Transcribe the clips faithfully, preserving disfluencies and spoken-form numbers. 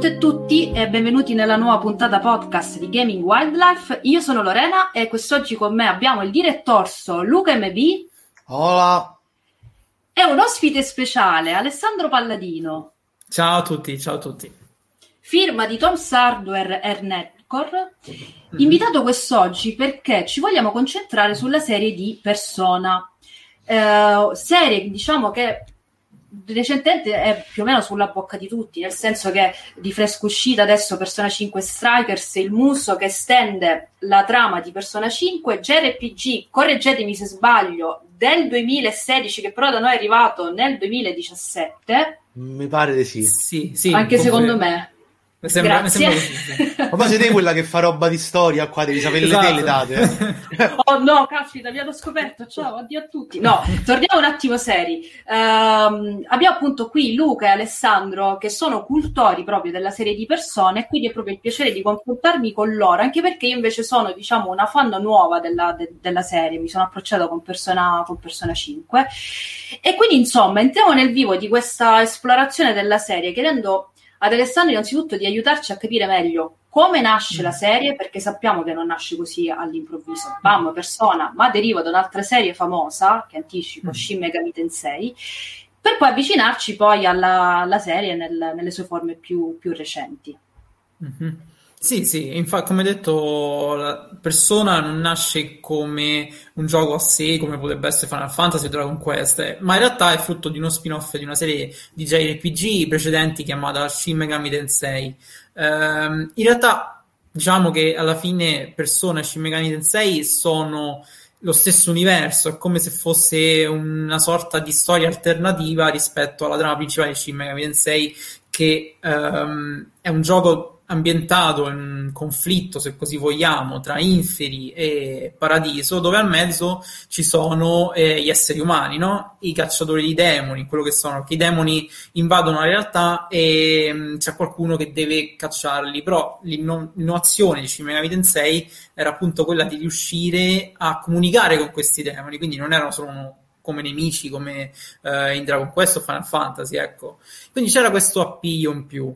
tutte e tutti e benvenuti nella nuova puntata podcast di Gaming Wildlife. Io sono Lorena e quest'oggi con me abbiamo il direttorso Luca M B. Hola. E un ospite speciale, Alessandro Palladino. Ciao a tutti, ciao a tutti. Firma di Tom's Hardware e Netcore, invitato quest'oggi perché ci vogliamo concentrare sulla serie di Persona. Eh, serie, diciamo, che recentemente è più o meno sulla bocca di tutti, nel senso che di fresco uscita adesso Persona cinque Strikers, il muso che estende la trama di Persona cinque, J R P G, correggetemi se sbaglio, del duemilasedici, che però da noi è arrivato nel duemiladiciassette. Mi pare di sì. Sì, sì, anche secondo me. Mi sembra, Grazie. mi sembra Ma poi sei te quella che fa roba di storia qua, devi sapere esatto. le date. Oh no, caspita, mi hanno scoperto, ciao, addio a tutti. No, torniamo un attimo seri. Um, abbiamo appunto qui Luca e Alessandro che sono cultori proprio della serie di Persone, e quindi è proprio il piacere di confrontarmi con loro, anche perché io invece sono, diciamo, una fan nuova della, de, della serie, mi sono approcciato con Persona, con Persona cinque, e quindi insomma entriamo nel vivo di questa esplorazione della serie, chiedendo ad Alessandro innanzitutto di aiutarci a capire meglio come nasce la serie, perché sappiamo che non nasce così all'improvviso, bam, Persona, ma deriva da un'altra serie famosa, che anticipo, mm. Shin Megami Tensei, per poi avvicinarci poi alla, alla serie nel, nelle sue forme più, più recenti. Mm-hmm. Sì, sì, infatti come detto, la Persona non nasce come un gioco a sé, come potrebbe essere Final Fantasy o Dragon Quest, ma in realtà è frutto di uno spin-off di una serie di J R P G precedenti chiamata Shin Megami Tensei. Ehm, in realtà, diciamo che alla fine Persona e Shin Megami Tensei sono lo stesso universo, è come se fosse una sorta di storia alternativa rispetto alla trama principale di Shin Megami Tensei, che ehm, è un gioco ambientato in un conflitto, se così vogliamo, tra inferi e paradiso, dove al mezzo ci sono eh, gli esseri umani, no? I cacciatori di demoni, quello che sono, che i demoni invadono la realtà e mh, c'è qualcuno che deve cacciarli, però l'inno- l'innovazione di Shin Megami Tensei era appunto quella di riuscire a comunicare con questi demoni, quindi non erano solo uno come nemici, come eh, in Dragon Quest o Final Fantasy, ecco. Quindi c'era questo appiglio in più.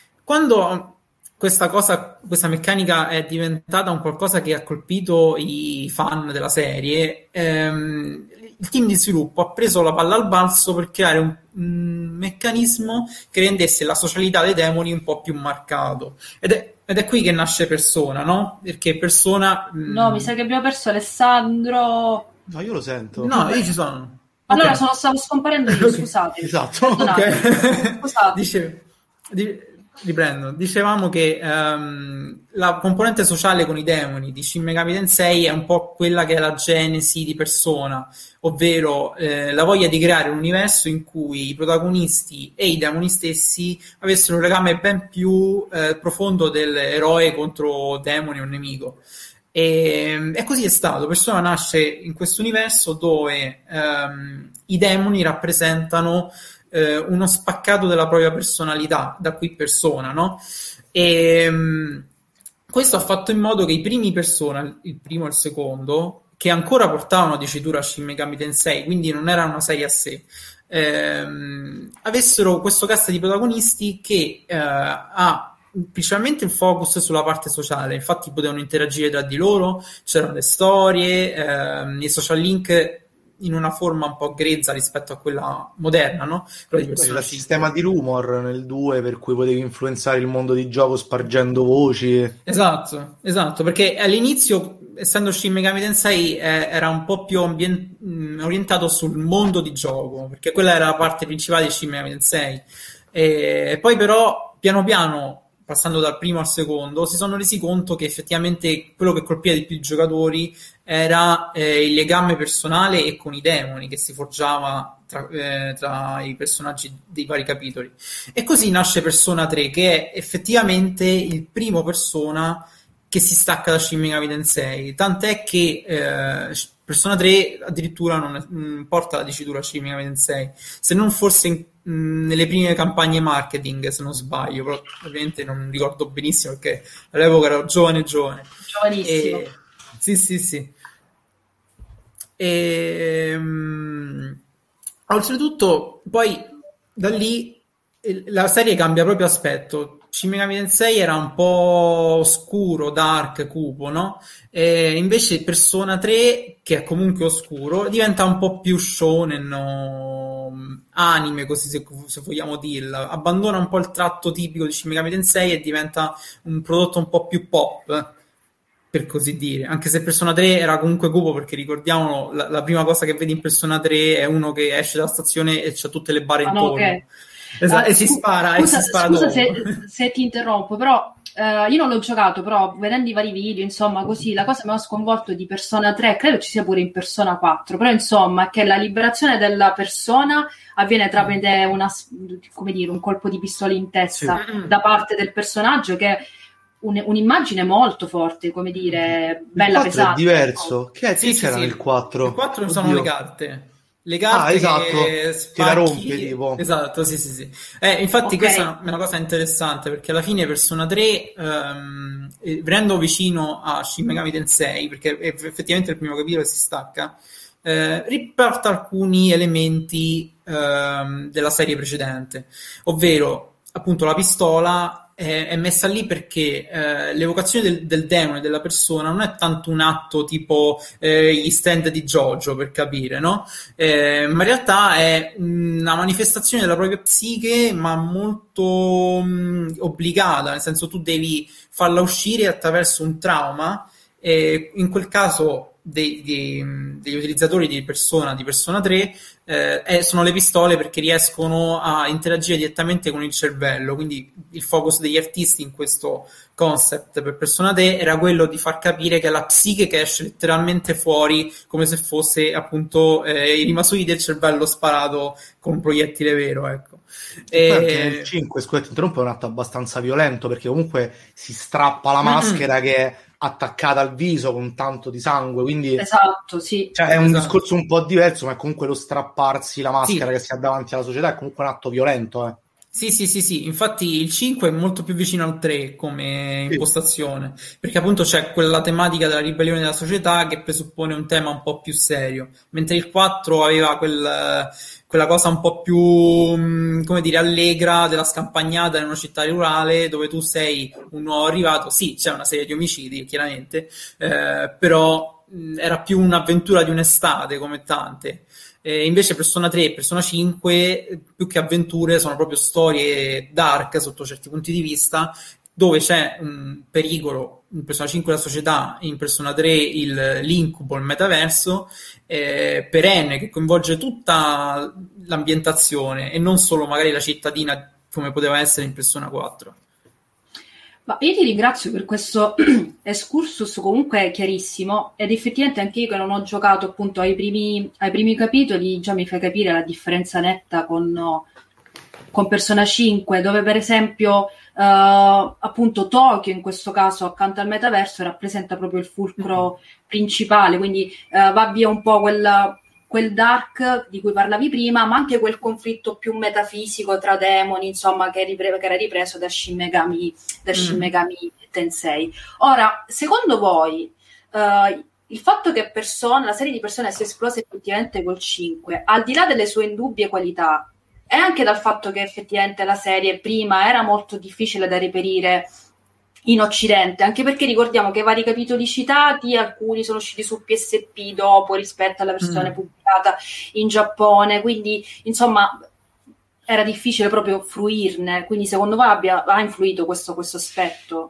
Quando questa cosa, questa meccanica è diventata un qualcosa che ha colpito i fan della serie, ehm, il team di sviluppo ha preso la palla al balzo per creare un, un meccanismo che rendesse la socialità dei demoni un po' più marcato. Ed è, ed è qui che nasce Persona, no? Perché Persona... No, mh... mi sa che abbiamo perso Alessandro... No, io lo sento. No, io ci sono. Allora Okay. sono, stavo scomparendo io, scusate. Esatto. Ok. Scusate. Dice, di, riprendo. Dicevamo che um, la componente sociale con i demoni di Shin Megami Tensei è un po' quella che è la genesi di Persona, ovvero eh, la voglia di creare un universo in cui i protagonisti e i demoni stessi avessero un legame ben più eh, profondo dell'eroe contro demoni o nemico. E, e così è stato. Persona nasce in questo universo dove ehm, i demoni rappresentano eh, uno spaccato della propria personalità, da qui Persona, no? E um, questo ha fatto in modo che i primi Persona, il primo e il secondo, che ancora portavano dicitura a Shin Megami Tensei, quindi non era una serie a sé, ehm, avessero questo cast di protagonisti che eh, ha principalmente il focus sulla parte sociale, infatti potevano interagire tra di loro, c'erano le storie, ehm, i social link in una forma un po' grezza rispetto a quella moderna, no? C'era il sistema di rumor nel due per cui potevi influenzare il mondo di gioco spargendo voci. Esatto, esatto, perché all'inizio, essendo Shin Megami Tensei, eh, era un po' più ambient- mh, orientato sul mondo di gioco, perché quella era la parte principale di Shin Megami Tensei. E poi però, piano piano, passando dal primo al secondo, si sono resi conto che effettivamente quello che colpiva di più i giocatori era eh, il legame personale e con i demoni che si forgiava tra, eh, tra i personaggi dei vari capitoli. E così nasce Persona tre, che è effettivamente il primo Persona che si stacca da Shin Megami Tensei, tant'è che eh, Persona tre addirittura non, è, non porta la dicitura Shin Megami Tensei, se non forse in, mh, nelle prime campagne marketing, se non sbaglio, però ovviamente non ricordo benissimo perché all'epoca ero giovane giovane. Giovanissimo. E, sì, sì, sì. E, mh, oltretutto, poi da lì la serie cambia proprio aspetto. Shin Megami Tensei era un po' oscuro, dark, cupo, no? E invece Persona tre, che è comunque oscuro, diventa un po' più shonen, no? Anime, così se, se vogliamo dirla. Abbandona un po' il tratto tipico di Shin Megami Tensei e diventa un prodotto un po' più pop, per così dire. Anche se Persona tre era comunque cupo, perché ricordiamolo, la, la prima cosa che vedi in Persona tre è uno che esce dalla stazione e c'ha tutte le barre Ah, no, intorno. ok. Esatto, Uh, e si spara, scusa, e si spara scusa dopo. se, se ti interrompo, però uh, io non l'ho giocato, però vedendo i vari video, insomma, così, la cosa che mi ha sconvolto di Persona tre, credo ci sia pure in Persona quattro, però insomma, è che la liberazione della persona avviene tramite una, come dire, un colpo di pistola in testa Sì. da parte del personaggio, che è un, un'immagine molto forte, come dire, bella, il quattro pesante. è diverso. Che, è, Sì, che sì, c'era sì. nel quattro? Il quattro Oddio. sono le carte. Le carte Ah, esatto. che Ti la spacchi... rompe, tipo. Esatto, sì, sì, sì. Eh, infatti Ok. questa è una cosa interessante, perché alla fine Persona tre, ehm, eh, venendo vicino a Shin Megami Tensei, perché è effettivamente il primo capitolo che si stacca, eh, riporta alcuni elementi ehm, della serie precedente, ovvero appunto la pistola è, è messa lì perché eh, l'evocazione del, del demone, della persona, non è tanto un atto tipo eh, gli stand di JoJo, per capire, no? Eh, ma in realtà è una manifestazione della propria psiche, ma molto mh, obbligata, nel senso tu devi farla uscire attraverso un trauma, e in quel caso dei, dei, degli utilizzatori di Persona, di Persona tre, eh, eh, sono le pistole, perché riescono a interagire direttamente con il cervello. Quindi il focus degli artisti in questo concept per Persona tre era quello di far capire che è la psiche che esce letteralmente fuori, come se fosse appunto eh, i rimasugli del cervello sparato con un proiettile vero, ecco. E poi E... anche nel cinque, scusa, ti interrompo, è un atto abbastanza violento, perché comunque si strappa la maschera che è attaccata al viso con tanto di sangue, quindi Esatto, sì. cioè, è un Esatto. discorso un po' diverso, ma è comunque lo strapparsi la maschera Sì. che si ha davanti alla società, è comunque un atto violento, eh. Sì, sì, sì, sì, infatti il cinque è molto più vicino al tre come Sì. impostazione, perché appunto c'è quella tematica della ribellione della società che presuppone un tema un po' più serio, mentre il quattro aveva quel, quella cosa un po' più, mh, come dire, allegra della scampagnata in una città rurale dove tu sei un nuovo arrivato. Sì, c'è una serie di omicidi, chiaramente, eh, però mh, era più un'avventura di un'estate come tante. Eh, invece Persona tre e Persona cinque, più che avventure, sono proprio storie dark sotto certi punti di vista, dove c'è un pericolo, in Persona cinque la società, in Persona tre il, l'incubo, il metaverso, eh, perenne, che coinvolge tutta l'ambientazione e non solo magari la cittadina come poteva essere in Persona quattro. Ma io ti ringrazio per questo excursus comunque chiarissimo, ed effettivamente anche io che non ho giocato appunto ai primi, ai primi capitoli già mi fai capire la differenza netta con, con Persona cinque, dove per esempio uh, appunto Tokyo in questo caso accanto al metaverso rappresenta proprio il fulcro principale, quindi uh, va via un po' quella... quel dark di cui parlavi prima, ma anche quel conflitto più metafisico tra demoni, insomma, che, ripre- che era ripreso da Shin Megami, da Shin Megami Tensei. Ora, secondo voi, uh, il fatto che persone, la serie di persone sia esplosa effettivamente col cinque, al di là delle sue indubbie qualità, è anche dal fatto che effettivamente la serie prima era molto difficile da reperire in Occidente, anche perché ricordiamo che i vari capitoli citati, alcuni sono usciti su P S P dopo rispetto alla versione mm. pubblicata in Giappone, quindi insomma era difficile proprio fruirne, quindi secondo voi abbia, ha influito questo, questo aspetto?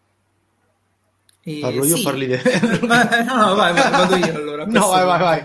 Eh, Parlo io o sì. parli te? Ma, no, no, vai, vai, vado io allora. No, vai, vai, vai.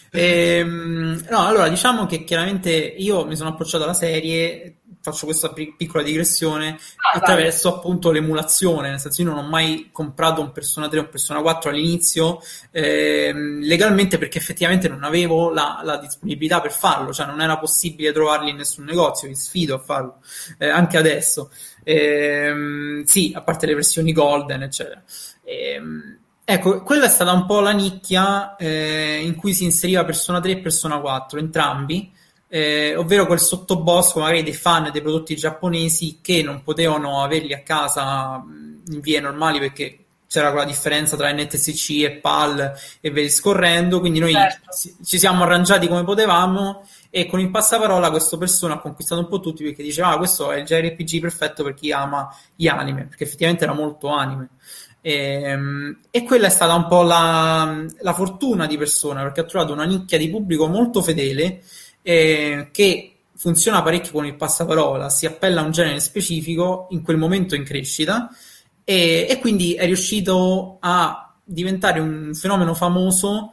Ehm, no, allora diciamo che chiaramente io mi sono approcciato alla serie, faccio questa piccola digressione, ah, attraverso vai. appunto l'emulazione, nel senso io non ho mai comprato un Persona tre o un Persona quattro all'inizio ehm, legalmente, perché effettivamente non avevo la, la disponibilità per farlo, cioè non era possibile trovarli in nessun negozio, vi sfido a farlo, eh, anche adesso. Ehm, sì, a parte le versioni golden, eccetera. Ehm, Ecco, quella è stata un po' la nicchia eh, in cui si inseriva Persona tre e Persona quattro, entrambi, eh, ovvero quel sottobosco magari dei fan dei prodotti giapponesi che non potevano averli a casa in vie normali perché c'era quella differenza tra N T S C e PAL e via discorrendo, quindi noi certo. ci siamo arrangiati come potevamo e con il passaparola questa persona ha conquistato un po' tutti perché diceva ah, questo è il J R P G perfetto per chi ama gli anime, perché effettivamente era molto anime. E, e quella è stata un po' la, la fortuna di Persona, perché ha trovato una nicchia di pubblico molto fedele eh, che funziona parecchio con il passaparola, si appella a un genere specifico in quel momento in crescita e, e quindi è riuscito a diventare un fenomeno famoso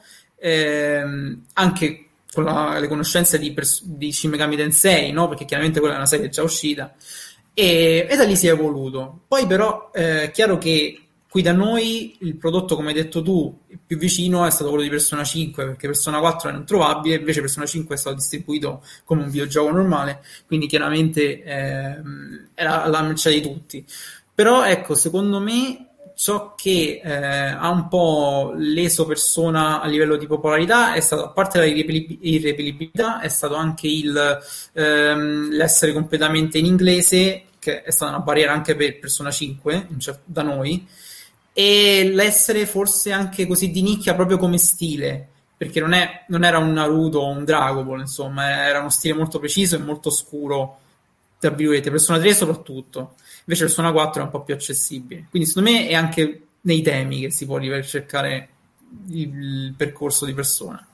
ehm, anche con la, le conoscenze di, pers- di Shin Megami Tensei, no? Perché chiaramente quella è una serie già uscita e, e da lì si è evoluto. Poi però è chiaro che qui da noi il prodotto, come hai detto tu, il più vicino è stato quello di Persona cinque, perché Persona quattro è introvabile, invece Persona cinque è stato distribuito come un videogioco normale, quindi chiaramente ehm, era alla mercé di tutti. Però ecco, secondo me ciò che eh, ha un po' leso Persona a livello di popolarità è stato, a parte la irrepli- irreperibilità, è stato anche il ehm, l'essere completamente in inglese, che è stata una barriera anche per Persona cinque, cioè da noi, e l'essere forse anche così di nicchia proprio come stile, perché non, è, non era un Naruto o un Dragon Ball, insomma, era uno stile molto preciso e molto scuro, tra virgolette, Persona tre soprattutto, invece Persona quattro è un po' più accessibile, quindi secondo me è anche nei temi che si può ricercare il, il percorso di Persona.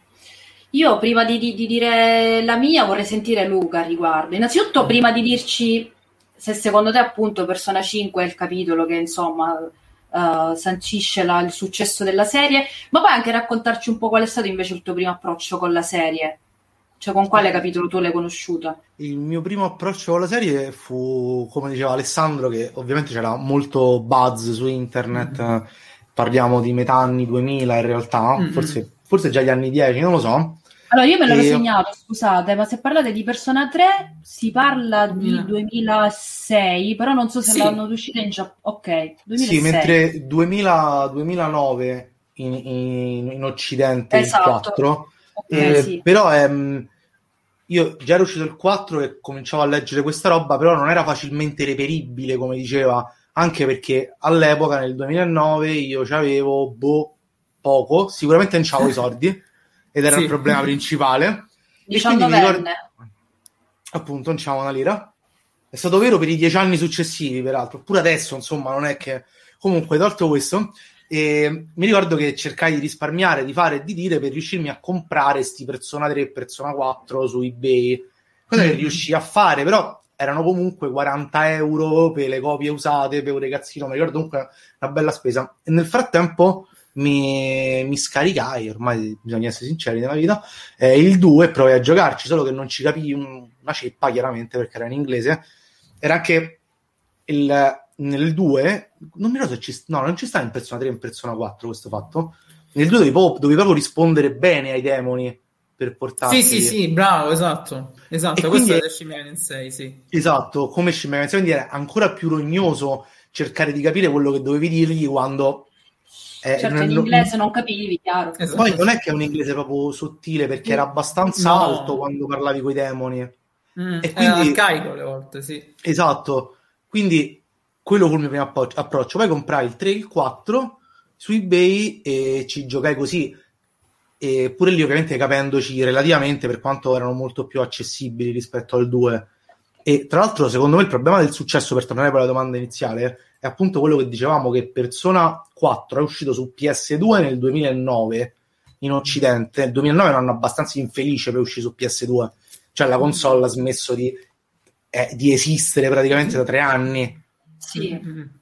Io prima di, di, di dire la mia vorrei sentire Luca al riguardo. Innanzitutto prima di dirci se secondo te appunto Persona cinque è il capitolo che insomma uh, sancisce la, il successo della serie, ma poi anche raccontarci un po' qual è stato invece il tuo primo approccio con la serie, cioè con quale capitolo tu l'hai conosciuta? Il mio primo approccio con la serie fu, come diceva Alessandro, che ovviamente c'era molto buzz su internet, mm-hmm. parliamo di metà anni duemila in realtà, mm-hmm. forse, forse già gli anni dieci, non lo so. Allora io me l'ho e... segnato, scusate, ma se parlate di Persona tre si parla di mm. duemilasei, però non so se sì. l'hanno uscita in Giappone. Ok, duemilasei. Sì, mentre duemila, duemilanove in, in, in Occidente esatto. il quattro, okay, eh, sì. però ehm, io già ero uscito il quattro e cominciavo a leggere questa roba, però non era facilmente reperibile, come diceva, anche perché all'epoca, nel duemilanove, io c'avevo boh, poco, sicuramente non c'avevo i soldi, ed era sì. il problema principale. diciannovenne. Appunto, non c'avevo una lira. È stato vero per i dieci anni successivi, peraltro. Pure adesso, insomma, non è che... Comunque, tolto questo, eh, mi ricordo che cercai di risparmiare, di fare e di dire per riuscirmi a comprare sti Persona tre e Persona quattro su eBay. Cosa mm-hmm. che riuscii a fare, però erano comunque quaranta euro per le copie usate, per un ragazzino, mi ricordo comunque una bella spesa. E nel frattempo mi, mi scaricai, ormai bisogna essere sinceri nella vita, eh, il due e provai a giocarci, solo che non ci capii un, una ceppa, chiaramente, perché era in inglese. Era anche il, nel due, non mi ricordo se ci, no, non ci sta in Persona tre e in Persona quattro questo fatto. Nel due dovevi, dovevi proprio rispondere bene ai demoni per portarti... Sì, sì, sì, bravo, esatto. Esatto, questo è Shin Megami Tensei, sì. Esatto, come Shin Megami Tensei, quindi era ancora più rognoso cercare di capire quello che dovevi dirgli quando... Eh, certo, non, in inglese non capivi, chiaro. Esatto. Poi non è che è un inglese proprio sottile, perché era abbastanza no. alto quando parlavi coi demoni. Mm, e quindi arcaico alle volte, sì. Esatto. Quindi quello fu il mio primo appo- approccio. Poi comprai il tre e il quattro su eBay e ci giocai così. E pure lì, ovviamente, capendoci relativamente, per quanto erano molto più accessibili rispetto al due. E tra l'altro, secondo me, il problema del successo, per tornare poi alla domanda iniziale, è appunto quello che dicevamo, che Persona quattro è uscito su P S due nel duemilanove in Occidente. Nel duemilanove è un anno abbastanza infelice per uscire su P S due, cioè la console ha smesso di, eh, di esistere praticamente da tre anni. Sì.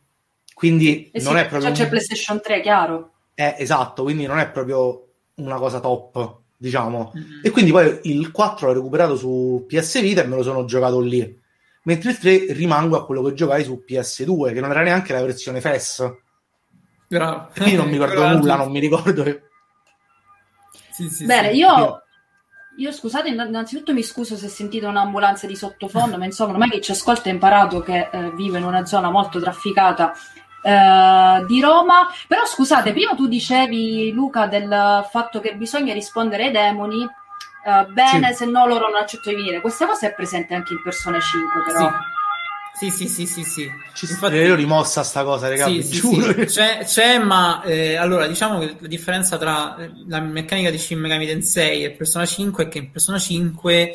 Quindi eh sì, non è proprio... Cioè c'è PlayStation tre, chiaro. Eh, esatto, quindi non è proprio una cosa top, diciamo. Mm-hmm. E quindi poi il quattro l'ho recuperato su P S Vita e me lo sono giocato lì. Mentre il tre rimango a quello che giocai su P S due, che non era neanche la versione F E S. Bravo. Quindi non mi ricordo nulla, non mi ricordo. Che... Sì, sì, Bene, sì. io... Io scusate, innanzitutto mi scuso se sentite un'ambulanza di sottofondo, ma insomma ormai chi ci ascolta ha imparato che eh, vive in una zona molto trafficata eh, di Roma. Però scusate, prima tu dicevi, Luca, del fatto che bisogna rispondere ai demoni eh, bene, sì. se no loro non accettano di venire. Questa cosa è presente anche in Persona cinque, però. Sì, sì, sì, sì, sì. Ci Infatti, io rimossa sta cosa, ragazzi, sì, giuro. Sì, sì. C'è, c'è, ma eh, allora diciamo che la differenza tra la meccanica di Shin Megami Tensei e Persona cinque è che in Persona cinque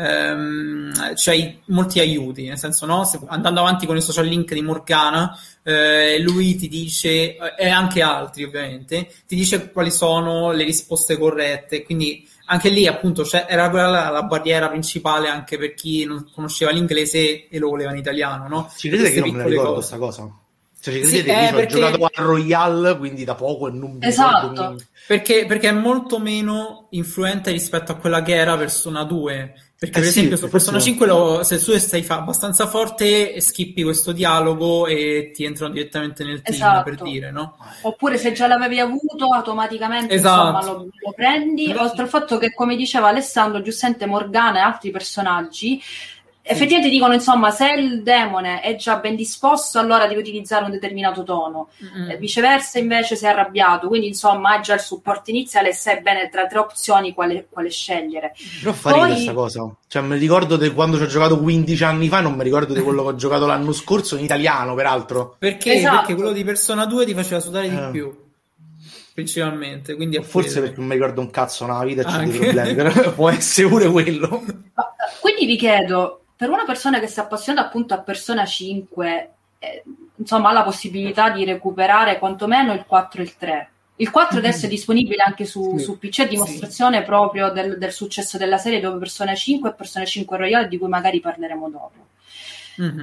ehm, c'hai molti aiuti, nel senso, no? Se, andando avanti con il social link di Morgana, eh, lui ti dice, e anche altri ovviamente, ti dice quali sono le risposte corrette, quindi anche lì appunto c'è, era quella la, la barriera principale anche per chi non conosceva l'inglese e lo voleva in italiano, no? Ci credete che non me la ricordo questa cosa? Cioè ci credete sì, che eh, io perché... ho giocato a Royale, quindi da poco e non mi esatto. ricordo mi... perché, perché è molto meno influente rispetto a quella che era Persona due. Perché eh per sì, esempio su Persona forse... cinque lo, se tu stai fa abbastanza forte skippi questo dialogo e ti entrano direttamente nel team, esatto. per dire, no? Oppure se già l'avevi avuto automaticamente esatto. insomma lo, lo prendi, oltre al fatto che, come diceva Alessandro giustamente, Morgana e altri personaggi effettivamente dicono, insomma, se il demone è già ben disposto, allora devi utilizzare un determinato tono. Mm-hmm. Eh, viceversa, invece, se è arrabbiato, quindi insomma hai già il supporto iniziale e sai bene tra tre opzioni quale, quale scegliere. Però fa ridere questa cosa. Cioè, mi ricordo di quando ci ho giocato quindici anni fa, non mi ricordo di quello che ho giocato l'anno scorso in italiano, peraltro. Perché? Esatto. Perché quello di Persona due ti faceva sudare eh. di più. Principalmente, quindi è forse quello. Perché non mi ricordo un cazzo nella vita e c'è dei problemi, però può essere pure quello. Ma, quindi vi chiedo, per una persona che si appassiona appunto a Persona cinque, eh, insomma ha la possibilità di recuperare quantomeno il quattro e il tre. Il quattro adesso è disponibile anche su, sì. su P C, a dimostrazione sì. proprio del, del successo della serie, dove Persona cinque e Persona cinque Royale, di cui magari parleremo dopo. Mm-hmm.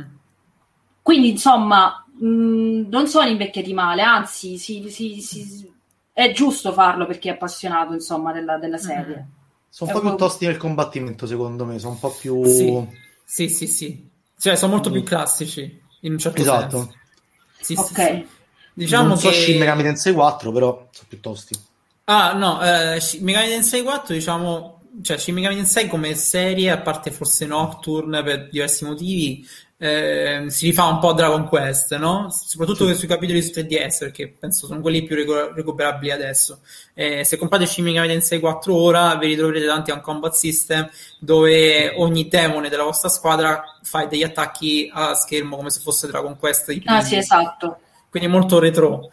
Quindi insomma mh, non sono invecchiati male, anzi si, si, si, è giusto farlo per chi è appassionato insomma della, della serie. Mm-hmm. Sono un po' più tosti nel combattimento, secondo me, sono un po' più... Sì. Sì, sì, sì. Cioè, sono molto più classici, in un certo esatto. senso. Sì, ok. Sì, sì. Diciamo non so che... Shin Megami Tensei quattro, però sono più tosti. Ah, no, eh, Shin Megami Tensei quattro, diciamo... Cioè, Shin Megami Tensei come serie, a parte forse Nocturne per diversi motivi, eh, si rifà un po' a Dragon Quest, no? Soprattutto sì. sui capitoli su tre D S, perché penso sono quelli più recu- recuperabili adesso. Eh, se comprate Shin Megami Tensei quattro ora, vi ritroverete davanti a un combat system dove ogni demone della vostra squadra fa degli attacchi a schermo come se fosse Dragon Quest. Ah sì, esatto. Quindi molto retro.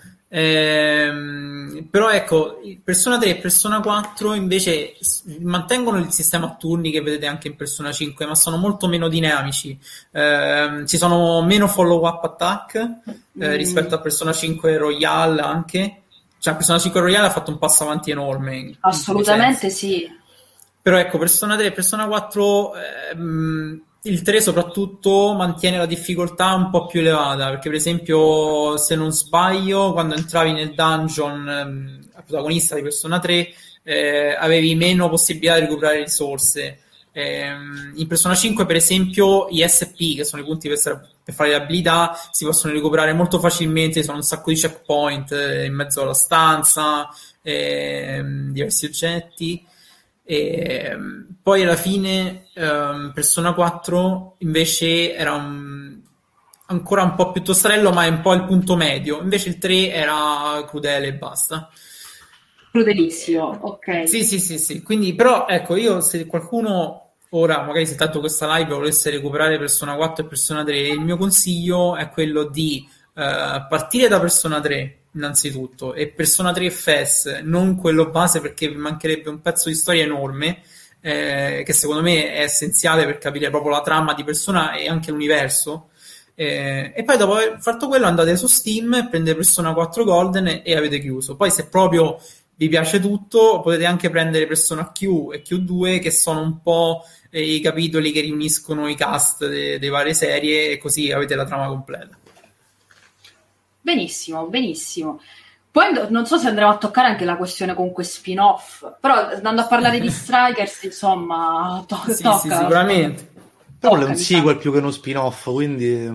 Ehm, però ecco, Persona tre e Persona quattro invece mantengono il sistema a turni che vedete anche in Persona cinque, ma sono molto meno dinamici. Ehm, ci sono meno follow-up attack eh, mm. rispetto a Persona cinque Royale anche. Cioè Persona cinque Royale ha fatto un passo avanti enorme. Assolutamente sì. Però ecco, Persona tre e Persona quattro... Ehm, il tre soprattutto mantiene la difficoltà un po' più elevata, perché per esempio, se non sbaglio, quando entravi nel dungeon ehm, al protagonista di Persona tre eh, avevi meno possibilità di recuperare risorse. Ehm, in Persona cinque per esempio i S P, che sono i punti per, per fare le abilità, si possono recuperare molto facilmente, ci sono un sacco di checkpoint eh, in mezzo alla stanza, ehm, diversi oggetti. E poi alla fine um, Persona quattro invece era un, ancora un po' più tostrello, ma è un po' il punto medio. Invece il tre era crudele e basta. Crudelissimo, ok. Sì, sì, sì, sì. Quindi, però, ecco, io se qualcuno ora, magari se tanto questa live volesse recuperare Persona quattro e Persona tre, il mio consiglio è quello di uh, partire da Persona tre innanzitutto, e Persona tre F S, non quello base, perché vi mancherebbe un pezzo di storia enorme eh, che secondo me è essenziale per capire proprio la trama di Persona e anche l'universo, eh, e poi dopo aver fatto quello andate su Steam, prendete Persona quattro Golden e, e avete chiuso. Poi se proprio vi piace tutto potete anche prendere Persona Q e Q due, che sono un po' eh, i capitoli che riuniscono i cast delle varie serie, e così avete la trama completa. Benissimo, benissimo. Poi non so se andremo a toccare anche la questione comunque spin-off, però andando a parlare di Strikers, insomma, to- sì, tocca. Sì, sicuramente. Però è un sequel più che uno spin-off, quindi...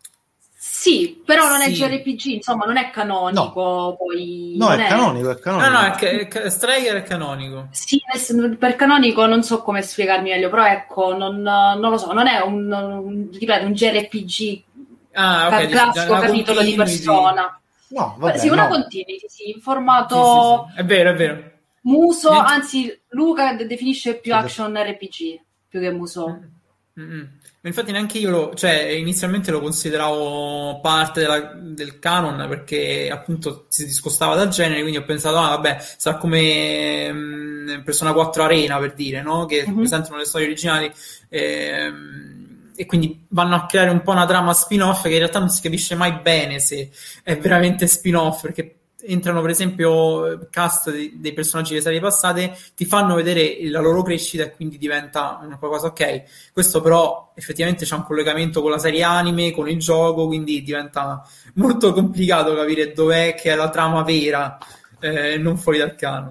Sì, però non è sì. J R P G, insomma, non è canonico. No, poi no non è, è canonico, è canonico. No, no, è, è, Striker è canonico. Sì, per canonico non so come spiegarmi meglio, però ecco, non, non lo so, non è un, un, ripeto, un J R P G ah, okay, classico capitolo di Persona. No, vabbè, sì, una no. continuity, sì, in formato sì, sì, sì. È vero, è vero. muso, Niente. Anzi Luca definisce più action R P G più che muso. Mm-mm. Infatti neanche io lo, cioè inizialmente lo consideravo parte della- del canon perché appunto si discostava dal genere, quindi ho pensato, ah vabbè, sarà come mm, Persona quattro Arena per dire, no? Che Mhm. presentano le storie originali ehm, e quindi vanno a creare un po' una trama spin-off che in realtà non si capisce mai bene se è veramente spin-off, perché entrano per esempio cast dei, dei personaggi delle serie passate, ti fanno vedere la loro crescita e quindi diventa una cosa, ok, questo però effettivamente c'è un collegamento con la serie anime, con il gioco, quindi diventa molto complicato capire dov'è che è la trama vera, eh, non fuori dal canone.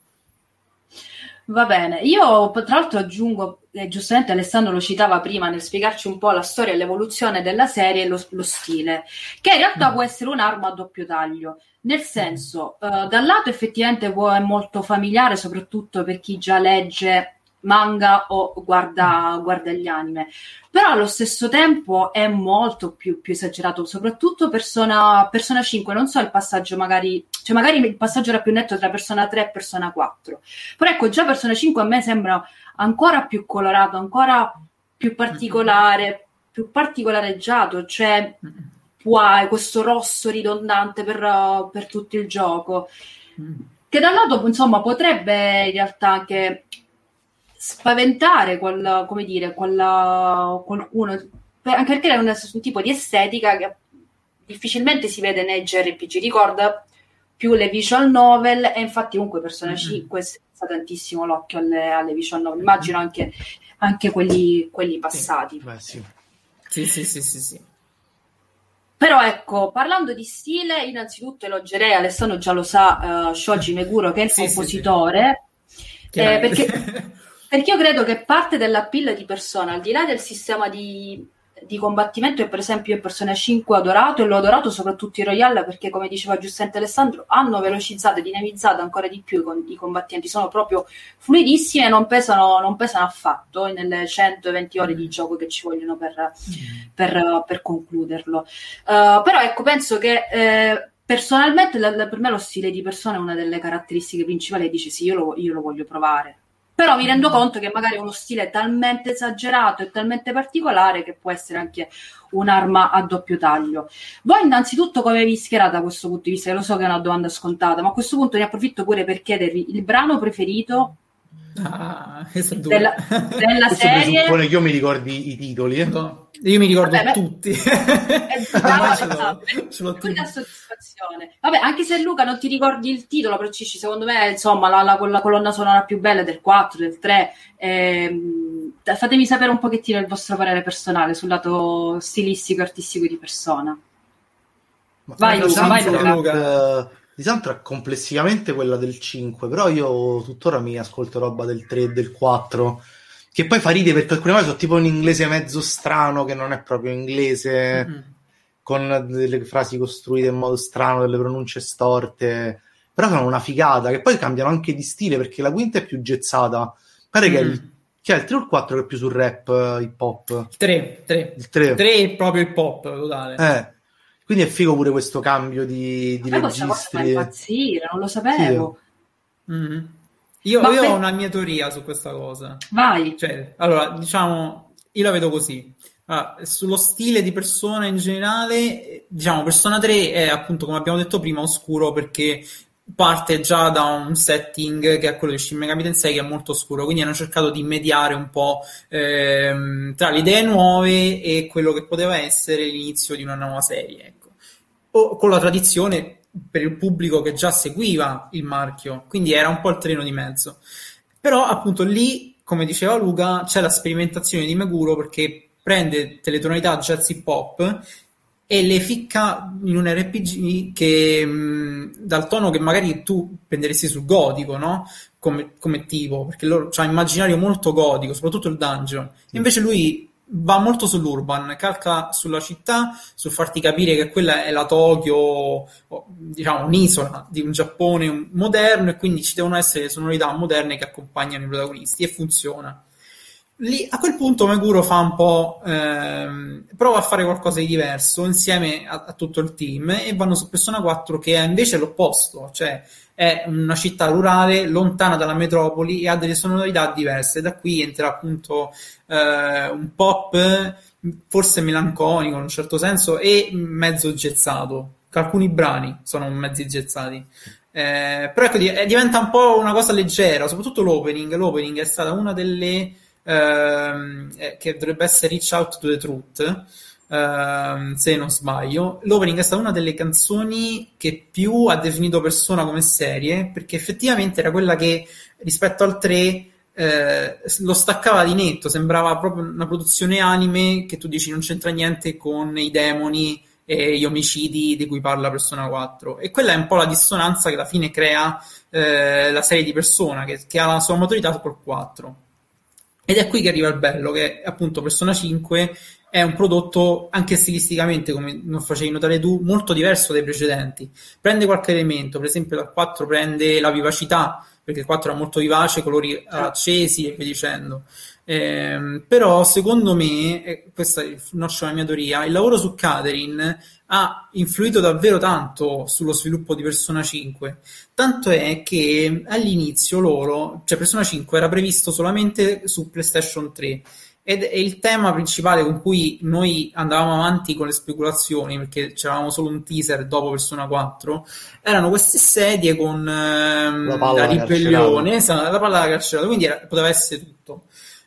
Va bene, io tra l'altro aggiungo, eh, giustamente Alessandro lo citava prima nel spiegarci un po' la storia e l'evoluzione della serie e lo, lo stile, che in realtà Mm. può essere un'arma a doppio taglio, nel senso, eh, da un lato effettivamente può, è molto familiare, soprattutto per chi già legge manga o guarda, guarda gli anime, però allo stesso tempo è molto più, più esagerato, soprattutto Persona, Persona cinque, non so il passaggio magari, cioè magari il passaggio era più netto tra Persona tre e Persona quattro, però ecco già Persona cinque a me sembra ancora più colorato, ancora più particolare, più particolareggiato, cioè hai questo rosso ridondante per, uh, per tutto il gioco, che da un lato insomma potrebbe in realtà anche spaventare quel, come dire, quella, qualcuno, anche perché è un, un tipo di estetica che difficilmente si vede nei J R P G, ricorda più le visual novel, e infatti comunque Persona Mm-hmm. cinque sta tantissimo l'occhio alle, alle visual novel, immagino anche, anche quelli, quelli passati. Beh, sì. Sì, sì, sì, sì, sì. Però ecco, parlando di stile, innanzitutto elogerei, Alessandro già lo sa, uh, Shoji Meguro, che è il Sì, sì, compositore, sì. eh, perché, perché io credo che parte dell'appeal di Persona, al di là del sistema di, di combattimento, e per esempio io Persona cinque ho adorato, e l'ho adorato soprattutto i Royale, perché come diceva giustamente Alessandro, hanno velocizzato e dinamizzato ancora di più i, i combattenti, sono proprio fluidissimi e non pesano, non pesano affatto nelle centoventi ore di gioco che ci vogliono per, per, per concluderlo. Uh, però ecco, penso che eh, personalmente la, la, per me lo stile di Persona è una delle caratteristiche principali, e dice sì, io lo, io lo voglio provare. Però mi rendo conto che magari è uno stile talmente esagerato e talmente particolare che può essere anche un'arma a doppio taglio. Voi innanzitutto come vi schierate da questo punto di vista? Che lo so che è una domanda scontata, ma a questo punto ne approfitto pure per chiedervi il brano preferito Ah, della, della Questo serie. presuppone che io mi ricordi i titoli. No. Io mi ricordo Vabbè, tutti. È brava, ce l'ho, ce l'ho quella tutti. soddisfazione. Vabbè, anche se Luca non ti ricordi il titolo, però Cicci, secondo me, insomma, la, la, la colonna sonora più bella è del quattro, del tre. Ehm, fatemi sapere un pochettino il vostro parere personale sul lato stilistico e artistico di Persona. Ma Vai di Luca, vai soundtrack, Luca. eh, di soundtrack complessivamente quella del cinque, però io tuttora mi ascolto roba del tre e del quattro, che poi fa ridere perché alcune volte sono tipo un inglese mezzo strano che non è proprio inglese, mm-hmm. con delle frasi costruite in modo strano, delle pronunce storte, però sono una figata, che poi cambiano anche di stile, perché la quinta è più gezzata, pare mm. che è il, che è il tre o il quattro che è più sul rap, uh, hip hop. tre, tre. Il tre. tre è proprio hip hop totale. Eh. Quindi è figo pure questo cambio di, di Ma registri. Cosa fa impazzire, non lo sapevo. Sì. Mm-hmm. Io, io per... ho una mia teoria su questa cosa. Vai. Cioè, allora, diciamo, io la vedo così. Allora, sullo stile di Persona in generale, diciamo, Persona tre è appunto, come abbiamo detto prima, oscuro perché parte già da un setting che è quello di Shin Megami Tensei, che è molto oscuro, quindi hanno cercato di mediare un po' ehm, tra le idee nuove e quello che poteva essere l'inizio di una nuova serie, ecco. O con la tradizione per il pubblico che già seguiva il marchio, quindi era un po' il treno di mezzo. Però appunto lì, come diceva Luca, c'è la sperimentazione di Meguro, perché prende delle tonalità jazz hip hop e le ficca in un R P G che mh, dal tono che magari tu prenderesti sul gotico, no? Come, come tipo, perché loro c'ha un immaginario molto gotico, soprattutto il dungeon. Invece lui va molto sull'urban, calca sulla città, sul farti capire che quella è la Tokyo, diciamo un'isola di un Giappone moderno, e quindi ci devono essere sonorità moderne che accompagnano i protagonisti, e funziona. lì, a quel punto Meguro fa un po' ehm, prova a fare qualcosa di diverso insieme a, a tutto il team, e vanno su Persona quattro, che è invece l'opposto, cioè è una città rurale lontana dalla metropoli e ha delle sonorità diverse. Da qui entra appunto eh, un pop forse melanconico in un certo senso e mezzo jazzato, che alcuni brani sono mezzi jazzati. Eh, però ecco, diventa un po' una cosa leggera, soprattutto l'opening. L'opening è stata una delle ehm, che dovrebbe essere Reach Out to the Truth, ehm, se non sbaglio. L'opening è stata una delle canzoni che più ha definito Persona come serie, perché effettivamente era quella che rispetto al tre eh, lo staccava di netto, sembrava proprio una produzione anime che tu dici non c'entra niente con i demoni e gli omicidi di cui parla Persona quattro, e quella è un po' la dissonanza che alla fine crea eh, la serie di Persona, che, che ha la sua maturità col quattro. Ed è qui che arriva il bello, che appunto Persona cinque è un prodotto anche stilisticamente, come non facevi notare tu, molto diverso dai precedenti. Prende qualche elemento, per esempio dal quattro prende la vivacità, perché il quattro era molto vivace, colori accesi e via dicendo. Eh, però secondo me, e questa è la mia teoria, il lavoro su Catherine ha influito davvero tanto sullo sviluppo di Persona cinque, tanto è che all'inizio loro, cioè Persona cinque era previsto solamente su PlayStation tre, ed è il tema principale con cui noi andavamo avanti con le speculazioni, perché c'eravamo solo un teaser dopo Persona quattro, erano queste sedie con ehm, la, palla la ribellione, esatto, la palla da carcerato, quindi era, poteva essere tutto.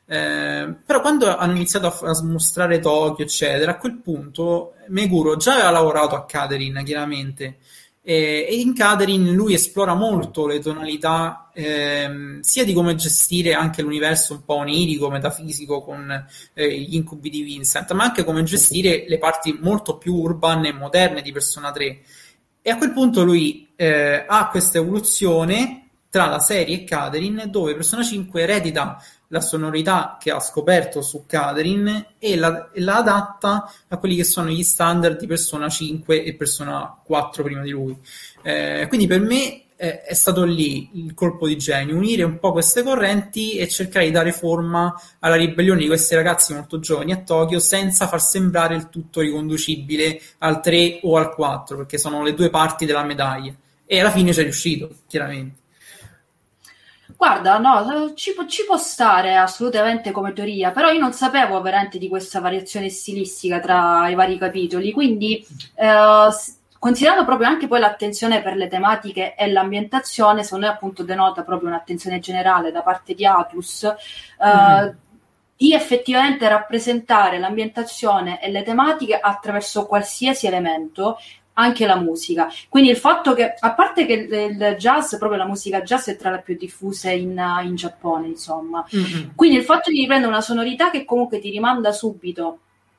Eh, però quando hanno iniziato a, a mostrare Tokyo eccetera, a quel punto Meguro già aveva lavorato a Catherine chiaramente, e, e in Catherine lui esplora molto le tonalità ehm, sia di come gestire anche l'universo un po' onirico, metafisico con eh, gli incubi di Vincent, ma anche come gestire le parti molto più urban e moderne di Persona tre. E a quel punto lui eh, ha questa evoluzione tra la serie e Catherine, dove Persona cinque eredita la sonorità che ha scoperto su Catherine e la, e la adatta a quelli che sono gli standard di Persona cinque e Persona quattro prima di lui. Eh, quindi per me eh, è stato lì il colpo di genio, unire un po' queste correnti e cercare di dare forma alla ribellione di questi ragazzi molto giovani a Tokyo, senza far sembrare il tutto riconducibile al tre o al quattro, perché sono le due parti della medaglia. E alla fine ci è riuscito, chiaramente. Guarda, no, ci, ci può stare assolutamente come teoria, però io non sapevo veramente di questa variazione stilistica tra i vari capitoli, quindi eh, considerando proprio anche poi l'attenzione per le tematiche e l'ambientazione, secondo me appunto denota proprio un'attenzione generale da parte di Atlus eh, mm. di effettivamente rappresentare l'ambientazione e le tematiche attraverso qualsiasi elemento, anche la musica. Quindi il fatto che, a parte che il, il jazz, proprio la musica jazz è tra le più diffuse in, in Giappone, insomma. Mm-hmm. Quindi il fatto di riprendere una sonorità che comunque ti rimanda subito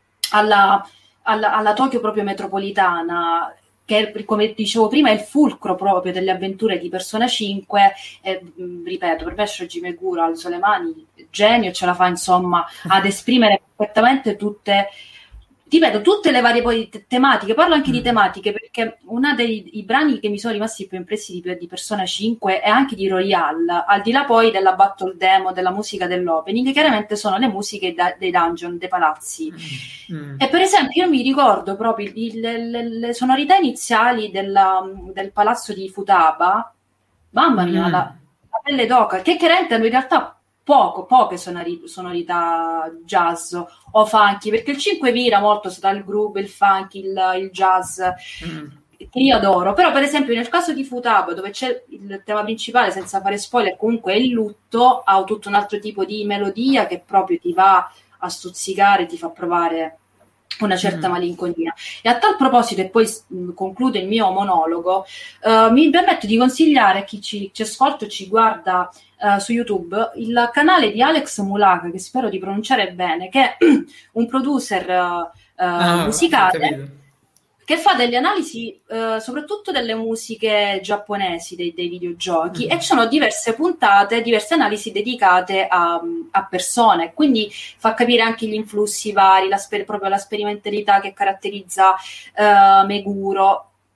alla, alla, alla Tokyo proprio metropolitana, che come dicevo prima è il fulcro proprio delle avventure di Persona cinque, e, ripeto, per me Shoji Meguro alzo le mani, genio, ce la fa insomma ad esprimere perfettamente tutte ripeto, tutte le varie poi te- tematiche, parlo anche mm. di tematiche, perché uno dei i brani che mi sono rimasti più impressi di, di Persona cinque è anche di Royal, al di là poi della battle demo, della musica dell'opening, chiaramente sono le musiche da, dei dungeon, dei palazzi. Mm. Mm. E per esempio io mi ricordo proprio il, le, le, le sonorità iniziali della, del palazzo di Futaba, mamma mia, mm. la, la pelle d'oca, che, che rendono in realtà poco, poche sonori- sonorità jazz o funky, perché il cinque vira molto tra il groove, il funky, il, il jazz, mm. che io adoro. Però per esempio nel caso di Futaba, dove c'è il tema principale, senza fare spoiler, comunque è il lutto, ha tutto un altro tipo di melodia che proprio ti va a stuzzicare, ti fa provare una certa mm. malinconia. E a tal proposito, e poi mh, concludo il mio monologo, uh, mi permetto di consigliare a chi ci, ci ascolta e ci guarda uh, su YouTube il canale di Alex Mulaka, che spero di pronunciare bene, che è un producer uh, ah, musicale che fa delle analisi uh, soprattutto delle musiche giapponesi dei, dei videogiochi, mm-hmm. e ci sono diverse puntate, diverse analisi dedicate a, a persone, quindi fa capire anche gli influssi vari, la sper- proprio la sperimentalità che caratterizza uh, Meguro.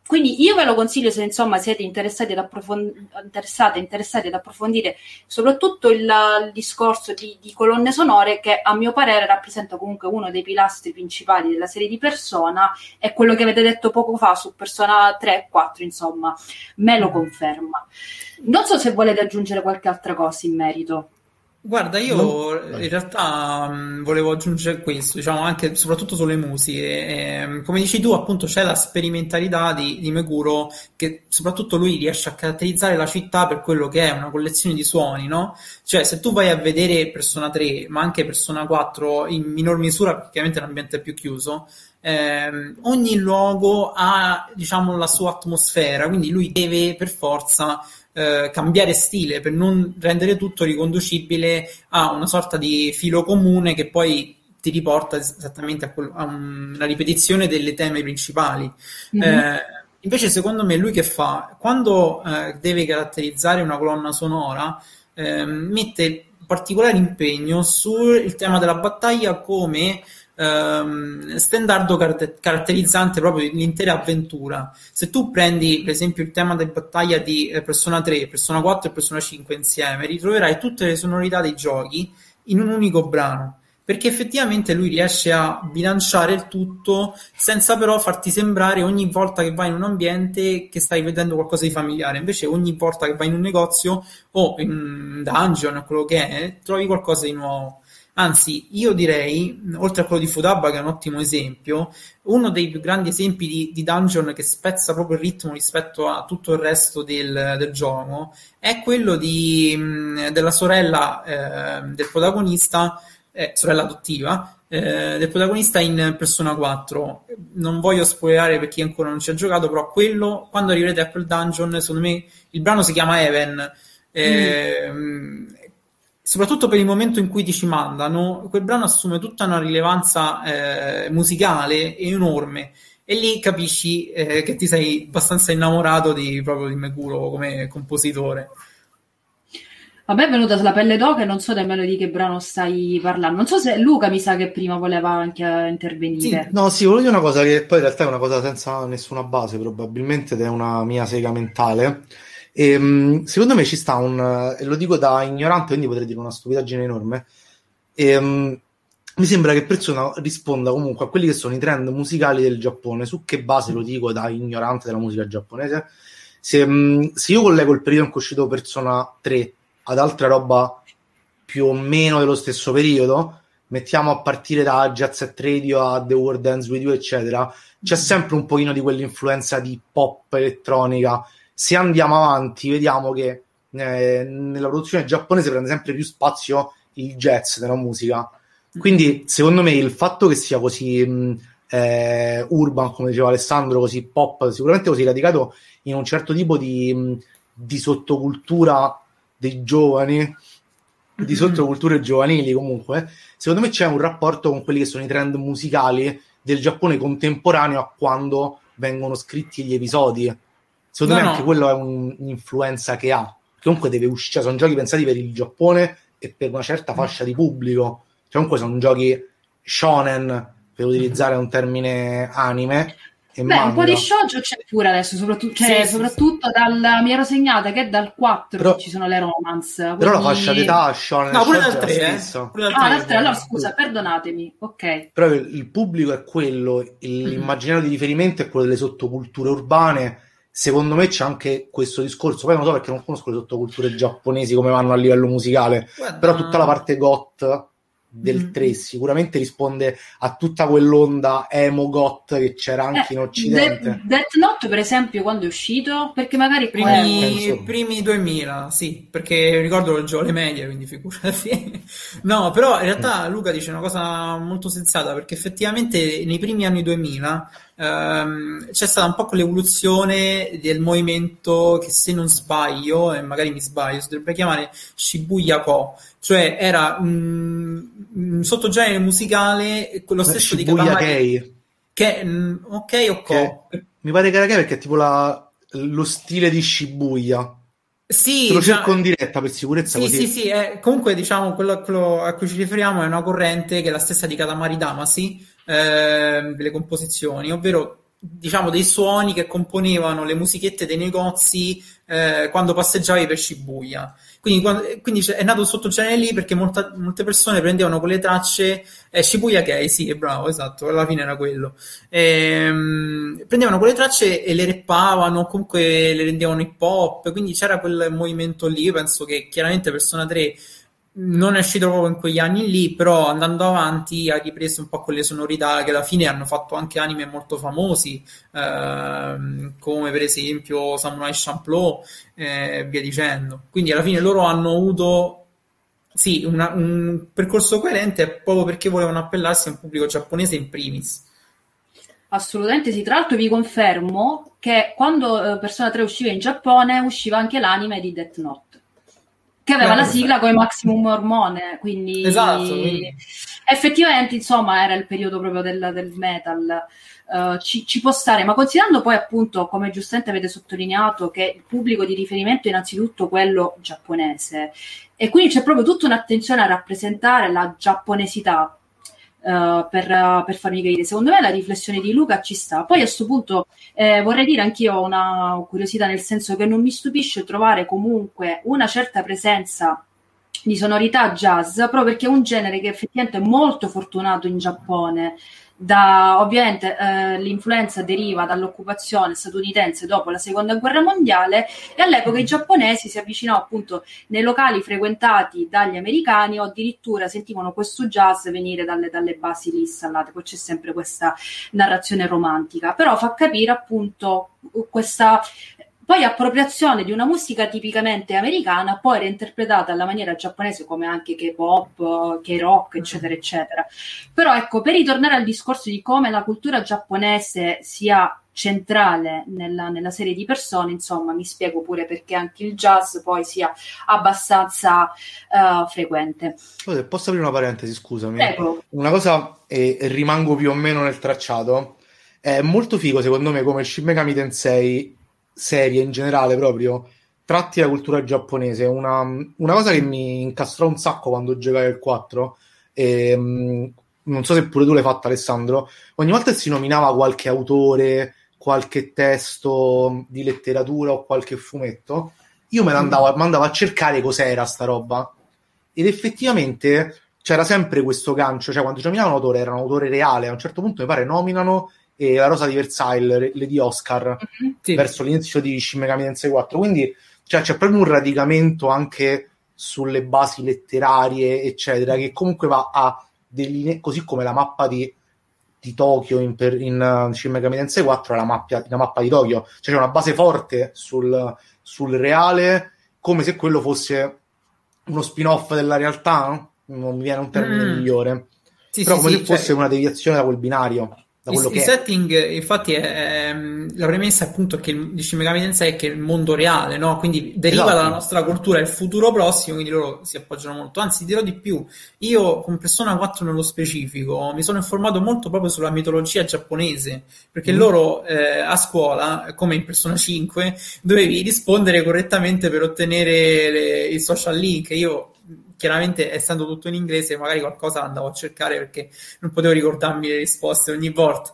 quindi io ve lo consiglio se insomma siete interessati ad, approfond- interessate, interessati ad approfondire soprattutto il, il discorso di, di colonne sonore, che a mio parere rappresenta comunque uno dei pilastri principali della serie di Persona, e quello che avete detto poco fa su Persona tre e quattro insomma me lo conferma. Non so se volete aggiungere qualche altra cosa in merito. Guarda, io in realtà mh, volevo aggiungere questo, diciamo, anche soprattutto sulle musiche. Ehm, come dici tu, appunto, c'è la sperimentalità di, di Meguro, che soprattutto lui riesce a caratterizzare la città per quello che è una collezione di suoni, no? Cioè, se tu vai a vedere Persona tre, ma anche Persona quattro, in minor misura, perché ovviamente l'ambiente è più chiuso, ehm, ogni luogo ha, diciamo, la sua atmosfera, quindi lui deve per forza Eh, cambiare stile per non rendere tutto riconducibile a una sorta di filo comune che poi ti riporta esattamente a, quello, a una ripetizione delle temi principali. Mm-hmm. Eh, invece secondo me lui che fa? Quando eh, deve caratterizzare una colonna sonora eh, mette particolare impegno sul tema della battaglia come Um, standardo car- caratterizzante proprio l'intera avventura. Se tu prendi per esempio il tema di battaglia di eh, Persona tre, Persona quattro e Persona cinque insieme, ritroverai tutte le sonorità dei giochi in un unico brano, perché effettivamente lui riesce a bilanciare il tutto senza però farti sembrare ogni volta che vai in un ambiente che stai vedendo qualcosa di familiare. Invece ogni volta che vai in un negozio o in un dungeon o quello che è, trovi qualcosa di nuovo. Anzi, io direi, oltre a quello di Futaba, che è un ottimo esempio, uno dei più grandi esempi di, di dungeon che spezza proprio il ritmo rispetto a tutto il resto del, del gioco è quello di, mh, della sorella eh, del protagonista, eh, sorella adottiva, eh, del protagonista in Persona quattro. Non voglio spoilerare per chi ancora non ci ha giocato, però quello, quando arriverete a quel dungeon, secondo me, il brano si chiama Even, eh, mm. soprattutto per il momento in cui ti ci mandano, quel brano assume tutta una rilevanza eh, musicale enorme, e lì capisci eh, che ti sei abbastanza innamorato di, proprio di Meguro come compositore. A me è venuta sulla pelle d'oca e non so nemmeno di che brano stai parlando. Non so se Luca mi sa che prima voleva anche intervenire. Sì, no, sì, volevo dire una cosa che poi in realtà è una cosa senza nessuna base, probabilmente, ed è una mia sega mentale. E, mh, secondo me ci sta un, e lo dico da ignorante, quindi potrei dire una stupidaggine enorme, e, mh, mi sembra che Persona risponda comunque a quelli che sono i trend musicali del Giappone. Su che base lo dico da ignorante della musica giapponese? Se, mh, se io collego il periodo in cui è uscito Persona tre ad altra roba più o meno dello stesso periodo, mettiamo a partire da Jet Set Radio a The World Ends With You eccetera, c'è sempre un pochino di quell'influenza di pop elettronica. Se andiamo avanti vediamo che eh, nella produzione giapponese prende sempre più spazio il jazz nella musica, quindi secondo me il fatto che sia così mh, eh, urban, come diceva Alessandro, così pop, sicuramente così radicato in un certo tipo di, mh, di sottocultura dei giovani, di sottoculture giovanili comunque, secondo me c'è un rapporto con quelli che sono i trend musicali del Giappone contemporaneo a quando vengono scritti gli episodi. Secondo no, me anche no. quello è un, un'influenza che ha, comunque deve uscire, cioè, sono giochi pensati per il Giappone e per una certa fascia di pubblico, cioè, comunque sono giochi shonen, per utilizzare un termine anime. Beh, manga. Un po' di shoujo c'è pure adesso, soprattutto, cioè, sì, soprattutto sì. Dal, mi ero segnata che è dal quattro però, che ci sono le romance. Quindi... Però la fascia d'età shonen no, pure dal tre, eh? Ah, dal tre, allora scusa, perdonatemi, ok. Però il, il pubblico è quello, l'immaginario mm-hmm. di riferimento è quello delle sottoculture urbane. Secondo me c'è anche questo discorso, poi non so perché non conosco le sottoculture giapponesi come vanno a livello musicale, Guarda. però tutta la parte goth del tre mm. sicuramente risponde a tutta quell'onda emo goth che c'era anche eh, in Occidente. De- Death Note per esempio quando è uscito? Perché magari primi, eh, primi duemila, sì, perché ricordo che gioco alle medie, quindi figurati. No, però in realtà Luca dice una cosa molto sensata, perché effettivamente nei primi anni duemila ehm, c'è stata un po' quell'evoluzione del movimento che, se non sbaglio, e magari mi sbaglio, si dovrebbe chiamare Shibuya-ko, cioè era un, un sottogenere musicale, quello stesso Shibuya di Katamari, Kei. Che mh, ok o co. Mi pare che era Kei perché è tipo la, lo stile di Shibuya. Sì, te lo già, cerco in diretta per sicurezza. Sì, così. sì, sì. Eh, comunque diciamo quello, quello a cui ci riferiamo è una corrente che è la stessa di Katamari Damacy, eh, delle composizioni, ovvero diciamo dei suoni che componevano le musichette dei negozi eh, quando passeggiavi per Shibuya. Quindi, quando, quindi è nato il sottogenere lì perché molta, molte persone prendevano quelle tracce, eh, Shibuya Kei, sì, bravo, esatto, alla fine era quello. Ehm, prendevano quelle tracce e le rappavano, comunque le rendevano hip hop, quindi c'era quel movimento lì. Io penso che chiaramente Persona tre non è uscito proprio in quegli anni lì, però andando avanti ha ripreso un po' quelle sonorità che alla fine hanno fatto anche anime molto famosi, ehm, come per esempio Samurai Champloo e eh, via dicendo. Quindi alla fine loro hanno avuto sì, una, un percorso coerente proprio perché volevano appellarsi a un pubblico giapponese in primis. Assolutamente sì, tra l'altro vi confermo che quando eh, Persona tre usciva in Giappone usciva anche l'anime di Death Note, che aveva Beh, la sigla come Maximum Ormone, quindi esatto, quindi effettivamente insomma era il periodo proprio del, del metal. Uh, ci, ci può stare, ma considerando poi appunto, come giustamente avete sottolineato, che il pubblico di riferimento è innanzitutto quello giapponese, e quindi c'è proprio tutta un'attenzione a rappresentare la giapponesità. Uh, per, uh, per farmi capire, secondo me la riflessione di Luca ci sta. Poi a questo punto eh, vorrei dire anch'io una curiosità, nel senso che non mi stupisce trovare comunque una certa presenza di sonorità jazz, proprio perché è un genere che effettivamente è molto fortunato in Giappone. Da, ovviamente eh, l'influenza deriva dall'occupazione statunitense dopo la seconda guerra mondiale, e all'epoca i giapponesi si avvicinavano appunto nei locali frequentati dagli americani, o addirittura sentivano questo jazz venire dalle, dalle basi lì installate. Poi c'è sempre questa narrazione romantica, però fa capire appunto questa poi appropriazione di una musica tipicamente americana, poi reinterpretata alla maniera giapponese, come anche K-pop, K-rock, eccetera, eccetera. Però ecco, per ritornare al discorso di come la cultura giapponese sia centrale nella, nella serie di Persone, insomma, mi spiego pure perché anche il jazz poi sia abbastanza uh, frequente. Posso aprire una parentesi, scusami? Prego. Una cosa, e rimango più o meno nel tracciato, è molto figo secondo me come Shin Megami Tensei serie in generale proprio tratti la cultura giapponese. Una, una cosa che mi incastrò un sacco quando giocai al quattro, e mh, non so se pure tu l'hai fatta, Alessandro, ogni volta che si nominava qualche autore, qualche testo di letteratura o qualche fumetto, io me l'andavo mm. andavo a cercare cos'era sta roba, ed effettivamente c'era sempre questo gancio, cioè quando ci nominavano un autore era un autore reale. A un certo punto mi pare nominano e La Rosa di Versailles, Lady Oscar, mm-hmm. sì. verso l'inizio di Shin Megami Tensei quattro, quindi cioè, c'è proprio un radicamento anche sulle basi letterarie, eccetera, che comunque va a deline- così come la mappa di, di Tokyo in, per, in uh, Shin Megami Tensei quattro è la mappa, la mappa di Tokyo, cioè c'è una base forte sul, sul reale, come se quello fosse uno spin-off della realtà, no? Non mi viene un termine mm. migliore, sì, però sì, come sì, se fosse cioè... una deviazione da quel binario. Il, il setting, infatti, è, è la premessa appunto che il, di Shin Megami Tensei è che è il mondo reale, no? Quindi deriva esatto. dalla nostra cultura, il futuro prossimo, quindi loro si appoggiano molto. Anzi, dirò di più, io con Persona quattro nello specifico mi sono informato molto proprio sulla mitologia giapponese, perché mm. loro eh, a scuola, come in Persona cinque, dovevi rispondere correttamente per ottenere le, il social link. Io chiaramente, essendo tutto in inglese, magari qualcosa andavo a cercare perché non potevo ricordarmi le risposte ogni volta.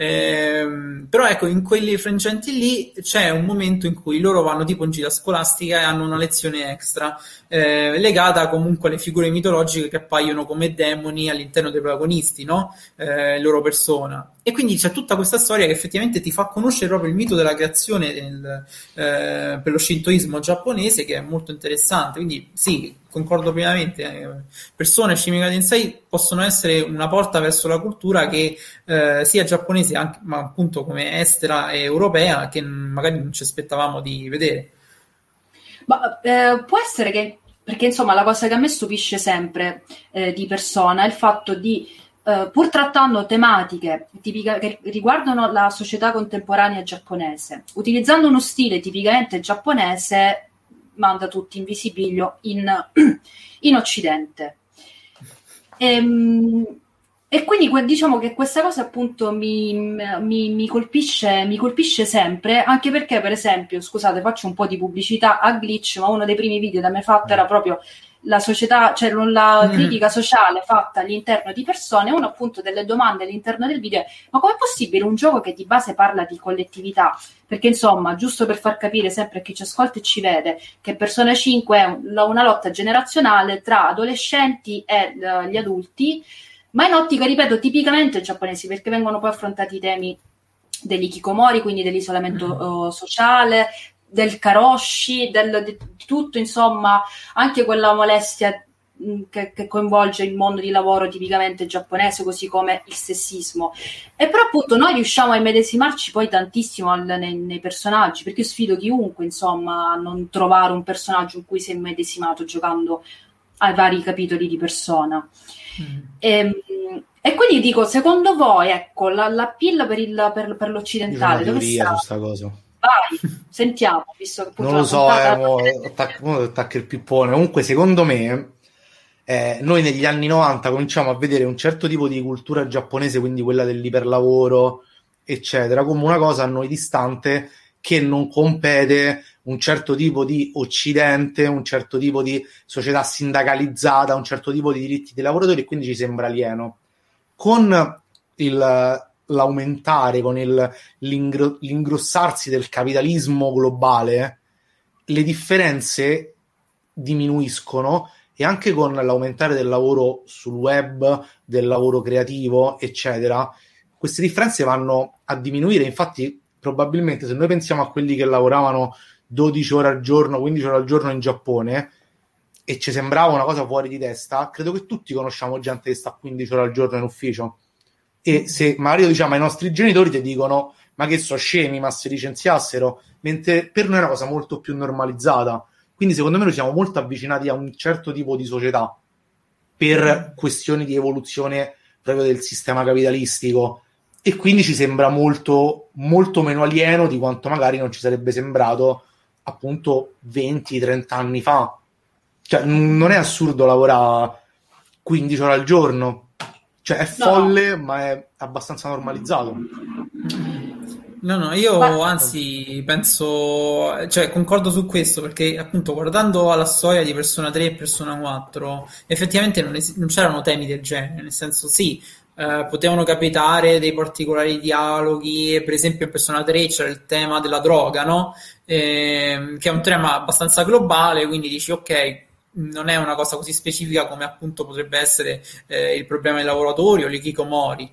Ehm, però ecco, in quelli frangenti lì c'è un momento in cui loro vanno tipo in gita scolastica e hanno una lezione extra eh, legata comunque alle figure mitologiche che appaiono come demoni all'interno dei protagonisti, no? Eh, loro persona. E quindi c'è tutta questa storia che effettivamente ti fa conoscere proprio il mito della creazione del, eh, per lo shintoismo giapponese, che è molto interessante. Quindi sì, concordo pienamente. Eh, Persone Shin Megami Tensei possono essere una porta verso la cultura che eh, sia giapponese, anche, ma appunto come estera e europea, che magari non ci aspettavamo di vedere. Ma eh, può essere che, perché insomma la cosa che a me stupisce sempre eh, di Persona è il fatto di Uh, pur trattando tematiche tipica, che riguardano la società contemporanea giapponese, utilizzando uno stile tipicamente giapponese, manda tutti in visibilio in, in Occidente. E, e quindi diciamo che questa cosa appunto mi, mi, mi, colpisce, mi colpisce sempre, anche perché, per esempio, scusate, faccio un po' di pubblicità a Glitch, ma uno dei primi video da me fatto era proprio la società, cioè la Mm. critica sociale fatta all'interno di persone, uno appunto delle domande all'interno del video è: ma com'è possibile un gioco che di base parla di collettività? Perché insomma, giusto per far capire sempre a chi ci ascolta e ci vede, che Persona cinque è un- una lotta generazionale tra adolescenti e eh, gli adulti, ma in ottica, ripeto, tipicamente giapponesi, perché vengono poi affrontati i temi dell'ikikomori, quindi dell'isolamento eh, sociale, del karoshi, del, di tutto, insomma, anche quella molestia mh, che, che coinvolge il mondo di lavoro tipicamente giapponese, così come il sessismo. E però appunto noi riusciamo a immedesimarci poi tantissimo al- nei, nei personaggi, perché io sfido chiunque, insomma, a non trovare un personaggio in cui si è immedesimato giocando ai vari capitoli di Persona. Mm. E, e quindi dico, secondo voi, ecco, la, la pill per, il, per, per Io ho una l'occidentale, dove teoria sta? su sta cosa. Vai, sentiamo, visto che appunto Non lo la so, puntata- eh, mo attac- mo attacca il pippone. Comunque, secondo me, eh, noi negli anni novanta cominciamo a vedere un certo tipo di cultura giapponese, quindi quella dell'iperlavoro, eccetera, come una cosa a noi distante che non compete un certo tipo di occidente, un certo tipo di società sindacalizzata, un certo tipo di diritti dei lavoratori, e quindi ci sembra alieno. Con il, l'aumentare, con il, l'ingro- l'ingrossarsi del capitalismo globale, le differenze diminuiscono, e anche con l'aumentare del lavoro sul web, del lavoro creativo, eccetera, queste differenze vanno a diminuire. Infatti, probabilmente, se noi pensiamo a quelli che lavoravano dodici ore al giorno, quindici ore al giorno in Giappone, e ci sembrava una cosa fuori di testa, credo che tutti conosciamo gente che sta quindici ore al giorno in ufficio. E se magari lo diciamo ai nostri genitori, ti dicono: ma che so, scemi, ma se licenziassero, mentre per noi è una cosa molto più normalizzata. Quindi secondo me noi siamo molto avvicinati a un certo tipo di società per questioni di evoluzione proprio del sistema capitalistico, e quindi ci sembra molto, molto meno alieno di quanto magari non ci sarebbe sembrato appunto venti trenta anni fa. Cioè, n- non è assurdo lavorare quindici ore al giorno, cioè è No. folle, ma è abbastanza normalizzato. No, no, io Ma- anzi penso, cioè concordo su questo, perché appunto guardando alla storia di Persona tre e Persona quattro, effettivamente non, es- non c'erano temi del genere, nel senso sì, eh, potevano capitare dei particolari dialoghi, per esempio in Persona tre c'era il tema della droga, no? Ehm, che è un tema abbastanza globale, quindi dici ok, non è una cosa così specifica come appunto potrebbe essere eh, il problema dei lavoratori o l'ikikomori.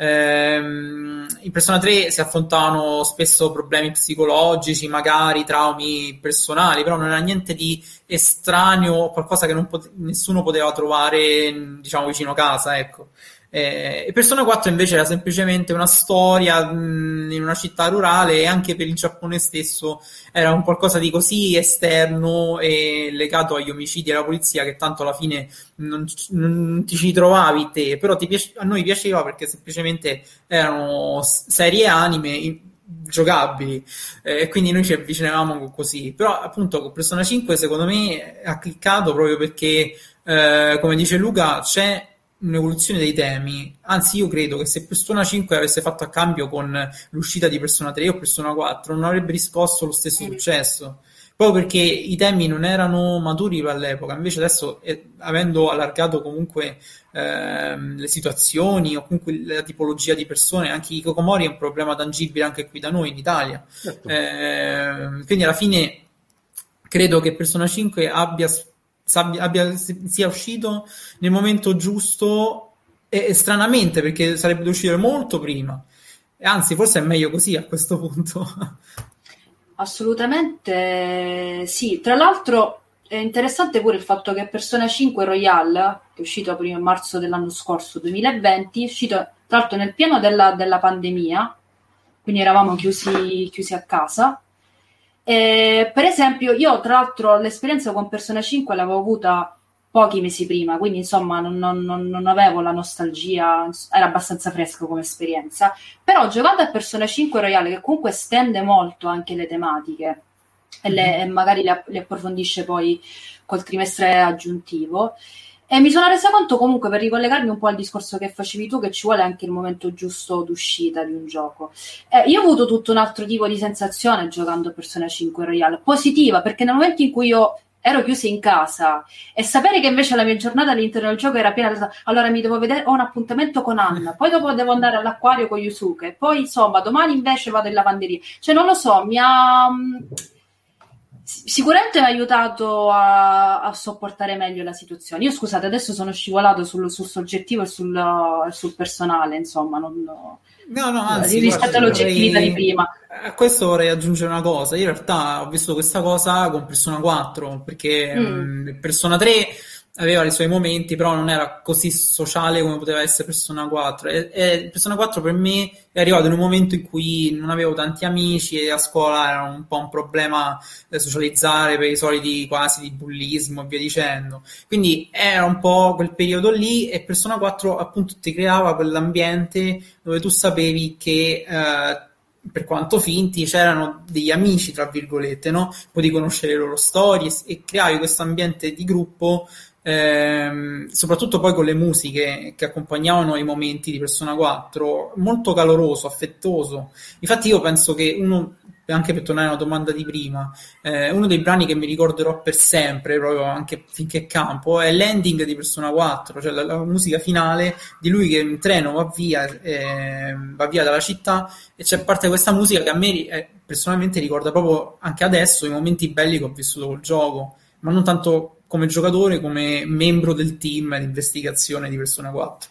Ehm, in Persona tre si affrontavano spesso problemi psicologici, magari traumi personali, però non era niente di estraneo, qualcosa che non pot- nessuno poteva trovare, diciamo, vicino casa, ecco. Eh, e Persona quattro invece era semplicemente una storia mh, in una città rurale, e anche per il Giappone stesso era un qualcosa di così esterno e legato agli omicidi e alla polizia che tanto alla fine non, non ti ci trovavi te, però ti piace- a noi piaceva perché semplicemente erano s- serie anime i- giocabili, eh, e quindi noi ci avvicinavamo così. Però appunto con Persona cinque secondo me ha cliccato proprio perché eh, come dice Luca c'è un'evoluzione dei temi. Anzi, io credo che se Persona cinque avesse fatto a cambio con l'uscita di Persona tre o Persona quattro non avrebbe riscosso lo stesso Mm. successo, proprio perché i temi non erano maturi all'epoca. Invece adesso, eh, avendo allargato comunque ehm, le situazioni o comunque la tipologia di persone, anche i Hikikomori è un problema tangibile anche qui da noi in Italia. Certo. Ehm, quindi alla fine credo che Persona cinque abbia, sabbia- abbia- sia uscito nel momento giusto, e, e stranamente, perché sarebbe dovuto uscire molto prima. E anzi, forse è meglio così a questo punto. Assolutamente sì. Tra l'altro è interessante pure il fatto che Persona cinque Royal, che è uscito primo marzo dell'anno scorso, duemilaventi, è uscito tra l'altro nel pieno della, della pandemia, quindi eravamo chiusi, chiusi a casa. E, per esempio, io tra l'altro l'esperienza con Persona cinque l'avevo avuta pochi mesi prima, quindi insomma non, non- non- non avevo la nostalgia, era abbastanza fresco come esperienza. Però giocando a Persona cinque Royale, che comunque estende molto anche le tematiche e, le- e magari le, le approfondisce poi col trimestre aggiuntivo, e mi sono resa conto comunque, per ricollegarmi un po' al discorso che facevi tu, che ci vuole anche il momento giusto d'uscita di un gioco. Eh, io ho avuto tutto un altro tipo di sensazione giocando a Persona cinque Royale, positiva, perché nel momento in cui io ero chiusa in casa e sapere che invece la mia giornata all'interno del gioco era piena, allora mi devo vedere, ho un appuntamento con Anna, poi dopo devo andare all'acquario con Yusuke, poi insomma domani invece vado in lavanderia, cioè non lo so, mi ha sicuramente mi ha aiutato a, a sopportare meglio la situazione. Io scusate, adesso sono scivolato sul, sul soggettivo e sul, sul personale, insomma, non, no, no, anzi, rispetto all'oggettività di prima. A questo vorrei aggiungere una cosa. Io in realtà ho visto questa cosa con Persona quattro, perché mm. mh, Persona tre aveva i suoi momenti, però non era così sociale come poteva essere Persona quattro. E, e Persona quattro per me è arrivato in un momento in cui non avevo tanti amici e a scuola era un po' un problema eh, socializzare per i soliti quasi di bullismo e via dicendo. Quindi era un po' quel periodo lì, e Persona quattro appunto ti creava quell'ambiente dove tu sapevi che eh, per quanto finti c'erano degli amici tra virgolette, no? Potevi conoscere le loro storie e creavi questo ambiente di gruppo. Ehm, soprattutto poi con le musiche che accompagnavano i momenti di Persona quattro, molto caloroso, affettuoso. Infatti io penso che uno, anche per tornare alla domanda di prima, eh, uno dei brani che mi ricorderò per sempre, proprio anche finché campo, è l'ending di Persona quattro, cioè la, la musica finale di lui che in treno va via, eh, va via dalla città, e c'è parte di questa musica che a me eh, personalmente ricorda proprio anche adesso i momenti belli che ho vissuto col gioco, ma non tanto come giocatore, come membro del team di investigazione di Persona quattro.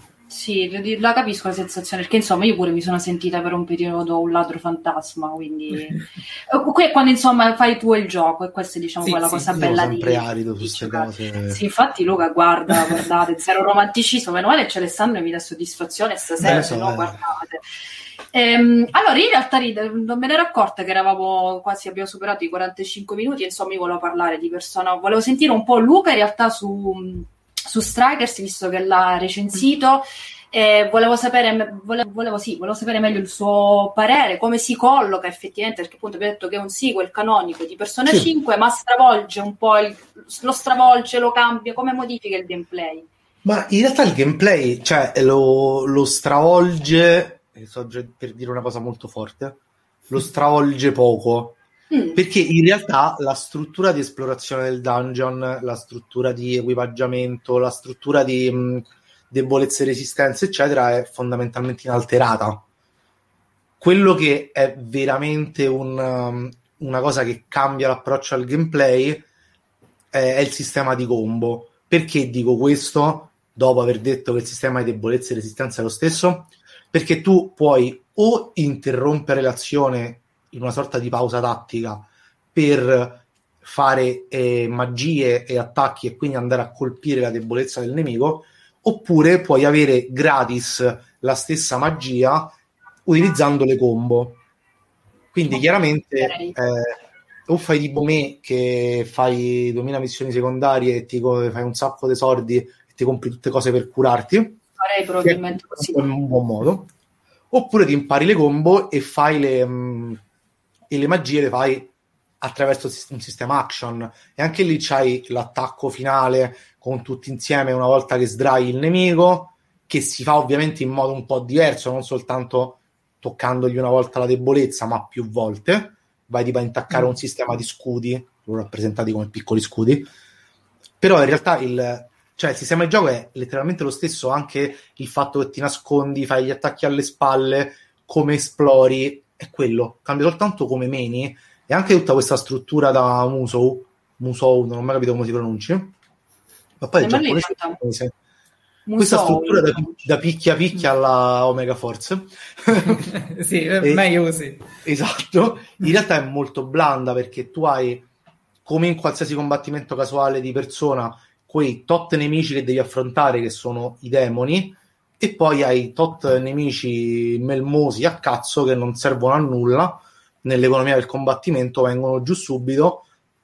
Sì, la capisco la sensazione, perché insomma io pure mi sono sentita per un periodo un ladro fantasma, quindi qui è quando insomma fai tu il gioco, e questa è diciamo sì, quella sì, cosa io bella sono sempre di arido su queste cose. Sì, infatti Luca, guarda, guardate, zero romanticismo, meno male c'è Alessandro e mi dà soddisfazione stasera, se no guardate. Ehm, allora in realtà non me ne ero accorta che eravamo quasi, abbiamo superato i quarantacinque minuti, e insomma io volevo parlare di Persona, volevo sentire un po' Luca in realtà su, su Strikers, visto che l'ha recensito, e volevo sapere volevo, volevo, sì, volevo sapere meglio il suo parere, come si colloca effettivamente, perché appunto abbiamo detto che è un sequel canonico di Persona sì. cinque, ma stravolge un po' il, lo stravolge, lo cambia, come modifica il gameplay? Ma in realtà il gameplay, cioè lo, lo stravolge, sto per dire una cosa molto forte, lo stravolge poco, mm. perché in realtà la struttura di esplorazione del dungeon, la struttura di equipaggiamento, la struttura di mh, debolezze e resistenze eccetera è fondamentalmente inalterata. Quello che è veramente un, um, una cosa che cambia l'approccio al gameplay è, è il sistema di combo. Perché dico questo dopo aver detto che il sistema di debolezze e resistenze è lo stesso? Perché tu puoi o interrompere l'azione in una sorta di pausa tattica per fare eh, magie e attacchi e quindi andare a colpire la debolezza del nemico, oppure puoi avere gratis la stessa magia utilizzando le combo. Quindi chiaramente eh, o fai tipo me che fai duemila missioni secondarie e ti fai un sacco di soldi e ti compri tutte cose per curarti, farei probabilmente così in un buon modo, oppure ti impari le combo e fai le mh, e le magie le fai attraverso un sistema action, e anche lì c'hai l'attacco finale con tutti insieme una volta che sdrai il nemico, che si fa ovviamente in modo un po' diverso, non soltanto toccandogli una volta la debolezza, ma più volte vai tipo a intaccare mm. un sistema di scudi, loro rappresentati come piccoli scudi, però in realtà il Cioè il sistema di gioco è letteralmente lo stesso, anche il fatto che ti nascondi, fai gli attacchi alle spalle, come esplori, è quello. Cambia soltanto come meni, e anche tutta questa struttura da Musou, Musou, non ho mai capito come si pronunci, ma poi è giapponese. Questa struttura da, da picchia picchia alla Omega Force. Sì, è e, meglio così. Esatto. In realtà è molto blanda, perché tu hai, come in qualsiasi combattimento casuale di Persona, quei tot nemici che devi affrontare, che sono i demoni, e poi hai tot nemici melmosi a cazzo che non servono a nulla nell'economia del combattimento, vengono giù subito,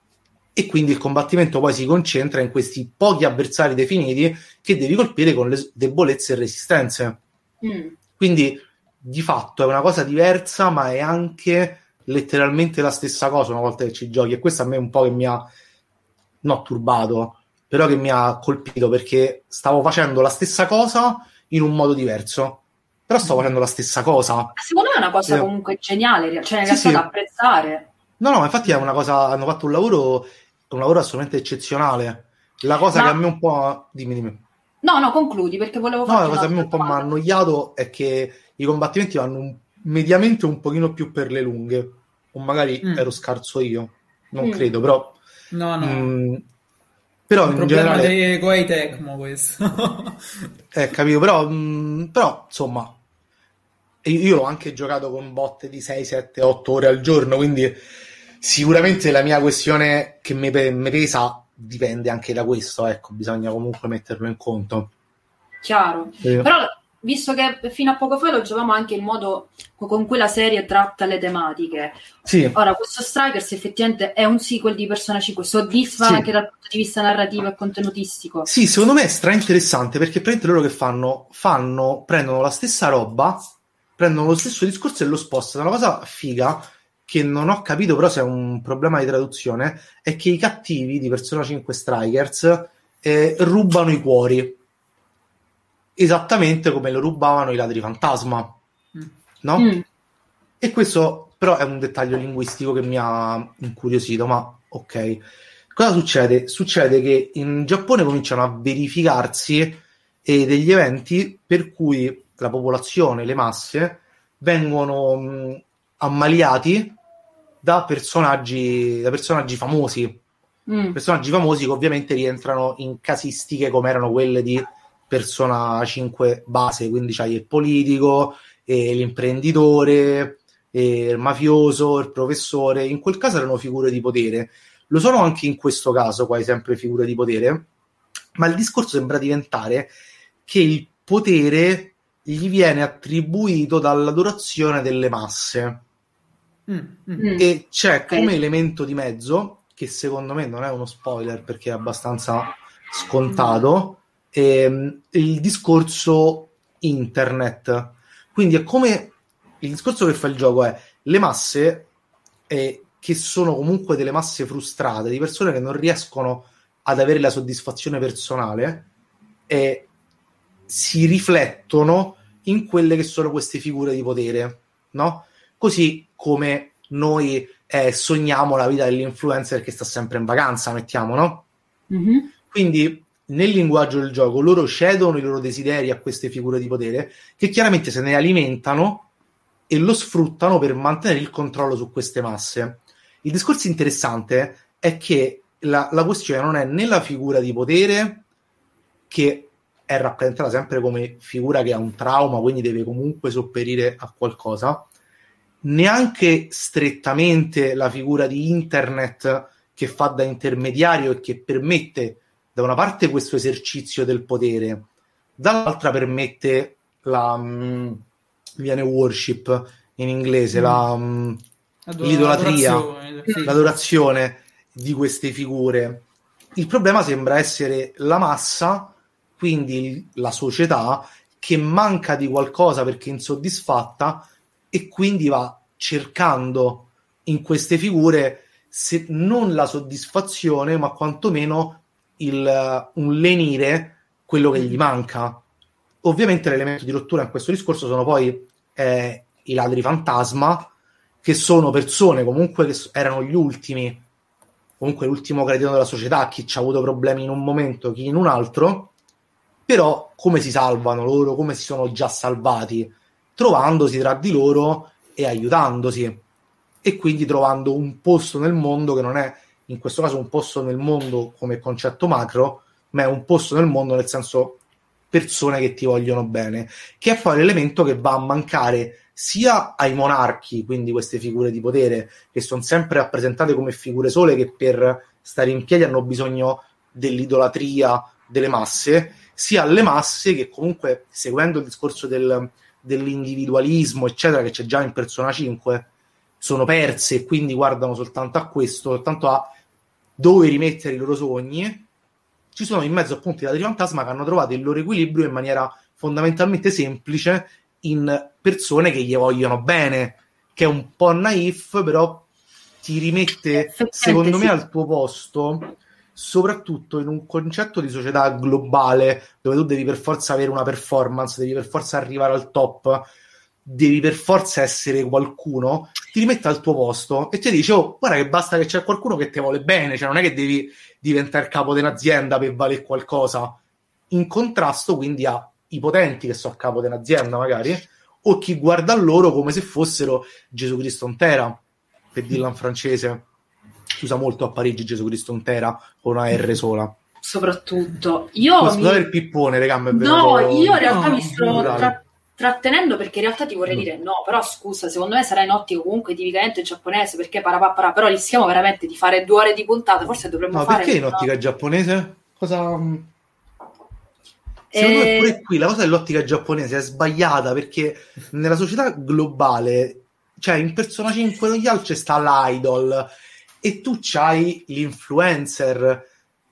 e quindi il combattimento poi si concentra in questi pochi avversari definiti che devi colpire con le debolezze e resistenze. Mm. Quindi di fatto è una cosa diversa, ma è anche letteralmente la stessa cosa una volta che ci giochi, e questo a me è un po' che mi ha non turbato, però che mi ha colpito, perché stavo facendo la stessa cosa in un modo diverso, però stavo facendo la stessa cosa. Secondo me è una cosa eh. comunque geniale, cioè in realtà sì, da sì. apprezzare. No, no, infatti è una cosa, hanno fatto un lavoro un lavoro assolutamente eccezionale. La cosa Ma... che a me un po'... Dimmi, dimmi. No, no, concludi, perché volevo No, la farti cosa che a me un po' mi ha annoiato è che i combattimenti vanno un, mediamente un pochino più per le lunghe. O magari Mm. ero scarso io, non Mm. credo, però... No, no. mh, però Un in problema generale... dei Koei Tecmo questo. Eh, capito, però, mh, però insomma, io, io l'ho anche giocato con botte di sei, sette, otto ore al giorno, quindi sicuramente la mia questione che mi, pe- mi pesa dipende anche da questo, ecco, bisogna comunque metterlo in conto. Chiaro. Eh. Però, visto che fino a poco fa lo giocavamo anche il modo con cui la serie tratta le tematiche. Sì. Ora, questo Strikers effettivamente è un sequel di Persona cinque, soddisfa Sì. anche dal punto di vista narrativo e contenutistico. Sì, secondo me è stra interessante perché praticamente loro che fanno? Fanno, prendono la stessa roba, prendono lo stesso discorso e lo spostano. La cosa figa, che non ho capito però se è un problema di traduzione, è che i cattivi di Persona cinque Strikers eh, rubano i cuori. Esattamente come lo rubavano i ladri fantasma, no? Mm. E questo però è un dettaglio linguistico che mi ha incuriosito, ma ok. Cosa succede? Succede che in Giappone cominciano a verificarsi eh, degli eventi per cui la popolazione, le masse, vengono mh, ammaliati da personaggi, da personaggi famosi. Mm. Personaggi famosi che ovviamente rientrano in casistiche come erano quelle di Persona cinque base, quindi c'hai il politico, e l'imprenditore, e il mafioso, il professore. In quel caso erano figure di potere. Lo sono anche in questo caso, quasi sempre figure di potere, ma il discorso sembra diventare che il potere gli viene attribuito dall'adorazione delle masse. Mm, mm. E c'è Ok. come elemento di mezzo, che secondo me non è uno spoiler perché è abbastanza scontato, ehm, il discorso internet. Quindi è come il discorso che fa il gioco è le masse eh, che sono comunque delle masse frustrate, di persone che non riescono ad avere la soddisfazione personale e si riflettono in quelle che sono queste figure di potere, no? Così come noi eh, sogniamo la vita dell'influencer che sta sempre in vacanza, mettiamo, no? Mm-hmm. Quindi nel linguaggio del gioco loro cedono i loro desideri a queste figure di potere che chiaramente se ne alimentano e lo sfruttano per mantenere il controllo su queste masse. Il discorso interessante è che la, la questione non è né la figura di potere, che è rappresentata sempre come figura che ha un trauma, quindi deve comunque sopperire a qualcosa, neanche strettamente la figura di internet che fa da intermediario e che permette da una parte questo esercizio del potere, dall'altra permette la um, viene worship in inglese, mm. la um, Ador- l'idolatria, l'adorazione, sì. l'adorazione di queste figure. Il problema sembra essere la massa, quindi la società, che manca di qualcosa perché è insoddisfatta e quindi va cercando in queste figure se non la soddisfazione, ma quantomeno il, un lenire quello che gli manca. Ovviamente l'elemento di rottura in questo discorso sono poi eh, i ladri fantasma, che sono persone comunque che erano gli ultimi, comunque l'ultimo gradino della società, chi ci ha avuto problemi in un momento, chi in un altro, però come si salvano loro, come si sono già salvati, trovandosi tra di loro e aiutandosi, e quindi trovando un posto nel mondo che non è in questo caso un posto nel mondo come concetto macro, ma è un posto nel mondo nel senso persone che ti vogliono bene, che è poi l'elemento che va a mancare sia ai monarchi, quindi queste figure di potere che sono sempre rappresentate come figure sole che per stare in piedi hanno bisogno dell'idolatria delle masse, sia alle masse che comunque, seguendo il discorso del, dell'individualismo eccetera che c'è già in Persona cinque, sono perse e quindi guardano soltanto a questo, soltanto a dove rimettere i loro sogni. Ci sono in mezzo appunto i ladri fantasma che hanno trovato il loro equilibrio in maniera fondamentalmente semplice in persone che gli vogliono bene, che è un po' naif, però ti rimette secondo me al tuo posto, soprattutto in un concetto di società globale dove tu devi per forza avere una performance, devi per forza arrivare al top. devi per forza essere qualcuno, ti rimette al tuo posto e ti dice, oh, guarda che basta che c'è qualcuno che ti vuole bene, cioè non è che devi diventare capo di un'azienda per valere qualcosa, in contrasto quindi a i potenti che sono capo di un'azienda magari, o chi guarda a loro come se fossero Gesù Cristo in terra, per dirla in francese. Si usa molto a Parigi Gesù Cristo in terra con una R sola. Soprattutto io oh, mi... scusate il pippone, regà, è no, io in realtà no, mi sto tra... trattenendo perché in realtà ti vorrei dire no, però scusa, secondo me sarà in ottica comunque tipicamente giapponese, perché parapapara, però rischiamo veramente di fare due ore di puntata, forse dovremmo no, fare... perché in ottica no? giapponese? Cosa... Secondo me pure qui la cosa dell'ottica giapponese è sbagliata, perché nella società globale, cioè in Persona cinque Royal c'è sta l'idol e tu c'hai l'influencer,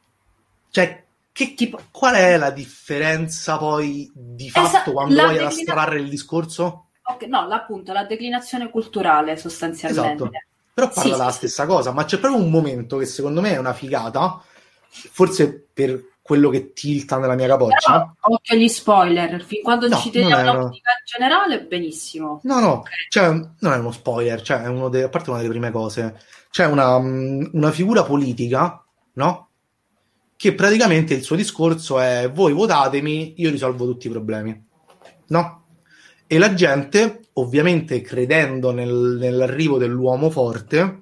cioè che tipo, qual è la differenza poi di fatto Esa, quando vai declina... ad astrarre il discorso? Okay, no, appunto la declinazione culturale sostanzialmente. Esatto. Però parla sì, della sì, stessa sì. cosa, ma c'è proprio un momento che secondo me è una figata, forse per quello che tilta nella mia capoccia. Però, occhio agli spoiler, fin quando no, ci teniamo l'ottica generale, benissimo. No, no, okay. Cioè, non è uno spoiler, cioè è uno de... a parte una delle prime cose. C'è una, una figura politica, no? Che praticamente il suo discorso è: voi votatemi, io risolvo tutti i problemi, no? E la gente, ovviamente credendo nel, nell'arrivo dell'uomo forte,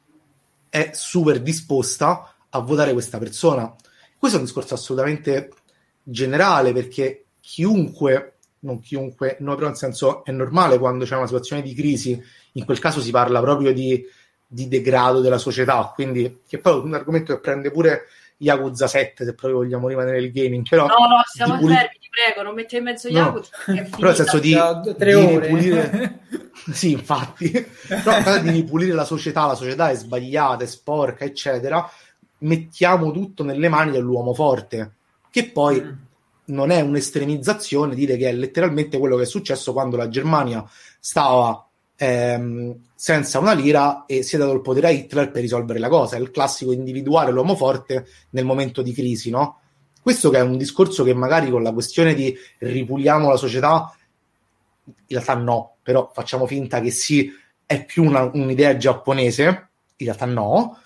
è super disposta a votare questa persona. Questo è un discorso assolutamente generale, perché chiunque, non chiunque, no, però nel senso è normale quando c'è una situazione di crisi, in quel caso si parla proprio di, di degrado della società, quindi che poi è un argomento che prende pure Yakuza sette, se proprio vogliamo rimanere nel gaming, però no no stiamo puli- fermi, ti prego, non metti in mezzo Yakuza, no, però nel senso di, tre di ore. ripulire sì, infatti però di ripulire la società, la società è sbagliata, è sporca, eccetera, mettiamo tutto nelle mani dell'uomo forte, che poi mm. non è un'estremizzazione dire che è letteralmente quello che è successo quando la Germania stava ehm, senza una lira e si è dato il potere a Hitler per risolvere la cosa. È il classico individuare l'uomo forte nel momento di crisi, no? Questo che è un discorso che magari con la questione di ripuliamo la società, in realtà no, però facciamo finta che sì, è più una, un'idea giapponese, in realtà no,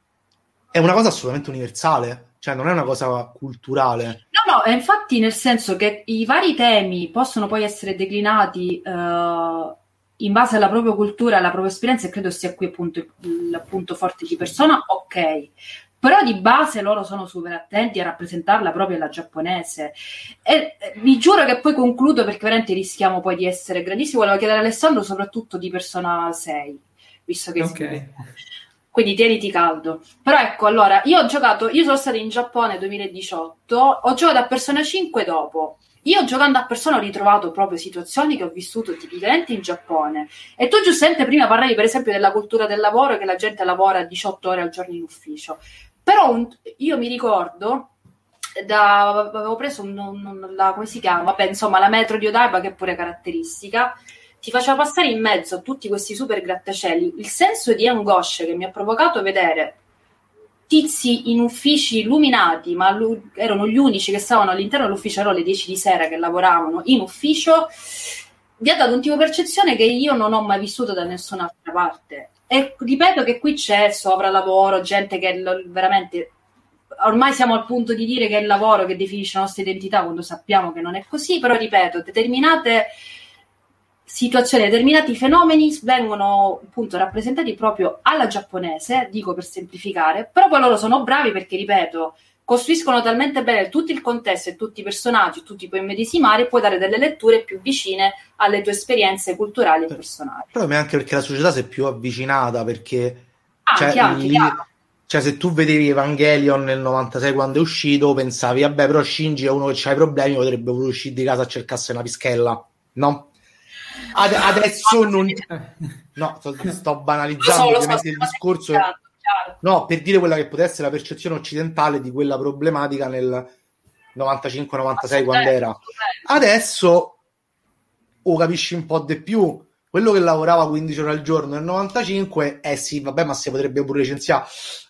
è una cosa assolutamente universale, cioè non è una cosa culturale. No, no, infatti nel senso che i vari temi possono poi essere declinati uh, in base alla propria cultura, alla propria esperienza, e credo sia qui appunto il, il punto forte di Persona, ok. Però di base loro sono super attenti a rappresentarla proprio la giapponese. E eh, vi giuro che poi concludo, perché veramente rischiamo poi di essere grandissimi. Volevo chiedere a Alessandro soprattutto di Persona sei, visto che... Ok. Quindi tieniti caldo. Però ecco, allora, io ho giocato, io sono stata in Giappone duemiladiciotto, ho giocato a Persona cinque dopo. Io giocando a Persona ho ritrovato proprio situazioni che ho vissuto tipicamente in Giappone. E tu giustamente prima parlavi per esempio della cultura del lavoro, che la gente lavora diciotto ore al giorno in ufficio. Però un, io mi ricordo, da, avevo preso un, un, la, come si chiama? Vabbè, insomma, la metro di Odaiba, che è pure caratteristica, ti faceva passare in mezzo a tutti questi super grattacieli. Il senso di angoscia che mi ha provocato vedere tizi in uffici illuminati, ma lu- erano gli unici che stavano all'interno dell'ufficio, erano le dieci di sera che lavoravano in ufficio, vi ha dato un tipo di percezione che io non ho mai vissuto da nessun'altra parte. E ripeto che qui c'è sovralavoro, gente che l- veramente... Ormai siamo al punto di dire che è il lavoro che definisce la nostra identità, quando sappiamo che non è così, però ripeto, determinate... situazioni, determinati fenomeni vengono appunto rappresentati proprio alla giapponese, dico per semplificare, però poi loro sono bravi perché, ripeto, costruiscono talmente bene tutto il contesto e tutti i personaggi, tutti puoi immedesimare e puoi dare delle letture più vicine alle tue esperienze culturali e personali. Però è anche perché la società si è più avvicinata, perché anche, cioè, anche, lì, cioè se tu vedevi Evangelion nel novantasei quando è uscito, pensavi vabbè, però Shinji è uno che ha i problemi, potrebbe pure uscire di casa a cercarsi una pischella, no? Ad- adesso non no, sto, sto banalizzando so, ovviamente so, il discorso è... no, per dire quella che potesse essere la percezione occidentale di quella problematica nel novantacinque novantasei quando era. Adesso o capisci un po' di più. Quello che lavorava quindici ore al giorno nel novantacinque, eh sì, vabbè, ma si potrebbe pure licenziare.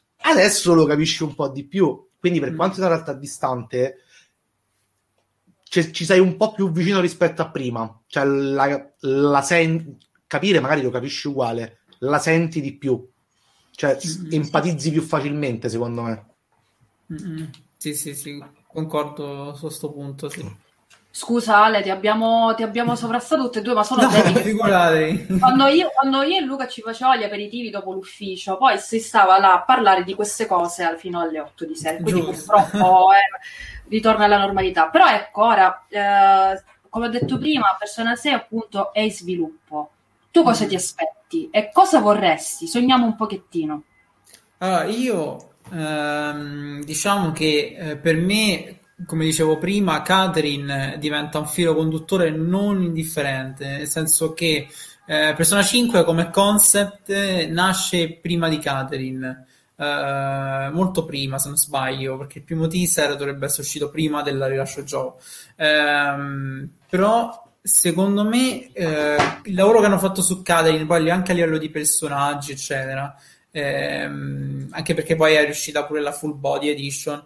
Adesso lo capisci un po' di più. Quindi per mm. quanto è una realtà distante, ci, ci sei un po' più vicino rispetto a prima, cioè la, la sen- capire magari lo capisci uguale, la senti di più, cioè Mm-mm. empatizzi più facilmente, secondo me. Mm-mm. Sì, sì, sì, concordo su sto punto, sì. Scusa Ale, ti abbiamo, ti abbiamo sovrasstato tutte e due, ma sono No, temi che- figurati. Quando io, quando io e Luca ci facevamo gli aperitivi dopo l'ufficio, poi si stava là a parlare di queste cose fino alle otto di sera, quindi Giusto. purtroppo eh, ritorna alla normalità. Però ecco, ora, eh, come ho detto prima, Persona sei appunto è in sviluppo. Tu cosa ti aspetti e cosa vorresti? Sogniamo un pochettino. Allora, io ehm, diciamo che eh, per me, come dicevo prima, Catherine diventa un filo conduttore non indifferente, nel senso che eh, Persona cinque come concept eh, nasce prima di Catherine, eh, molto prima se non sbaglio, perché il primo teaser dovrebbe essere uscito prima del rilascio del gioco. Ehm, però secondo me eh, il lavoro che hanno fatto su Catherine, poi anche a livello di personaggi, eccetera, ehm, anche perché poi è riuscita pure la full body edition,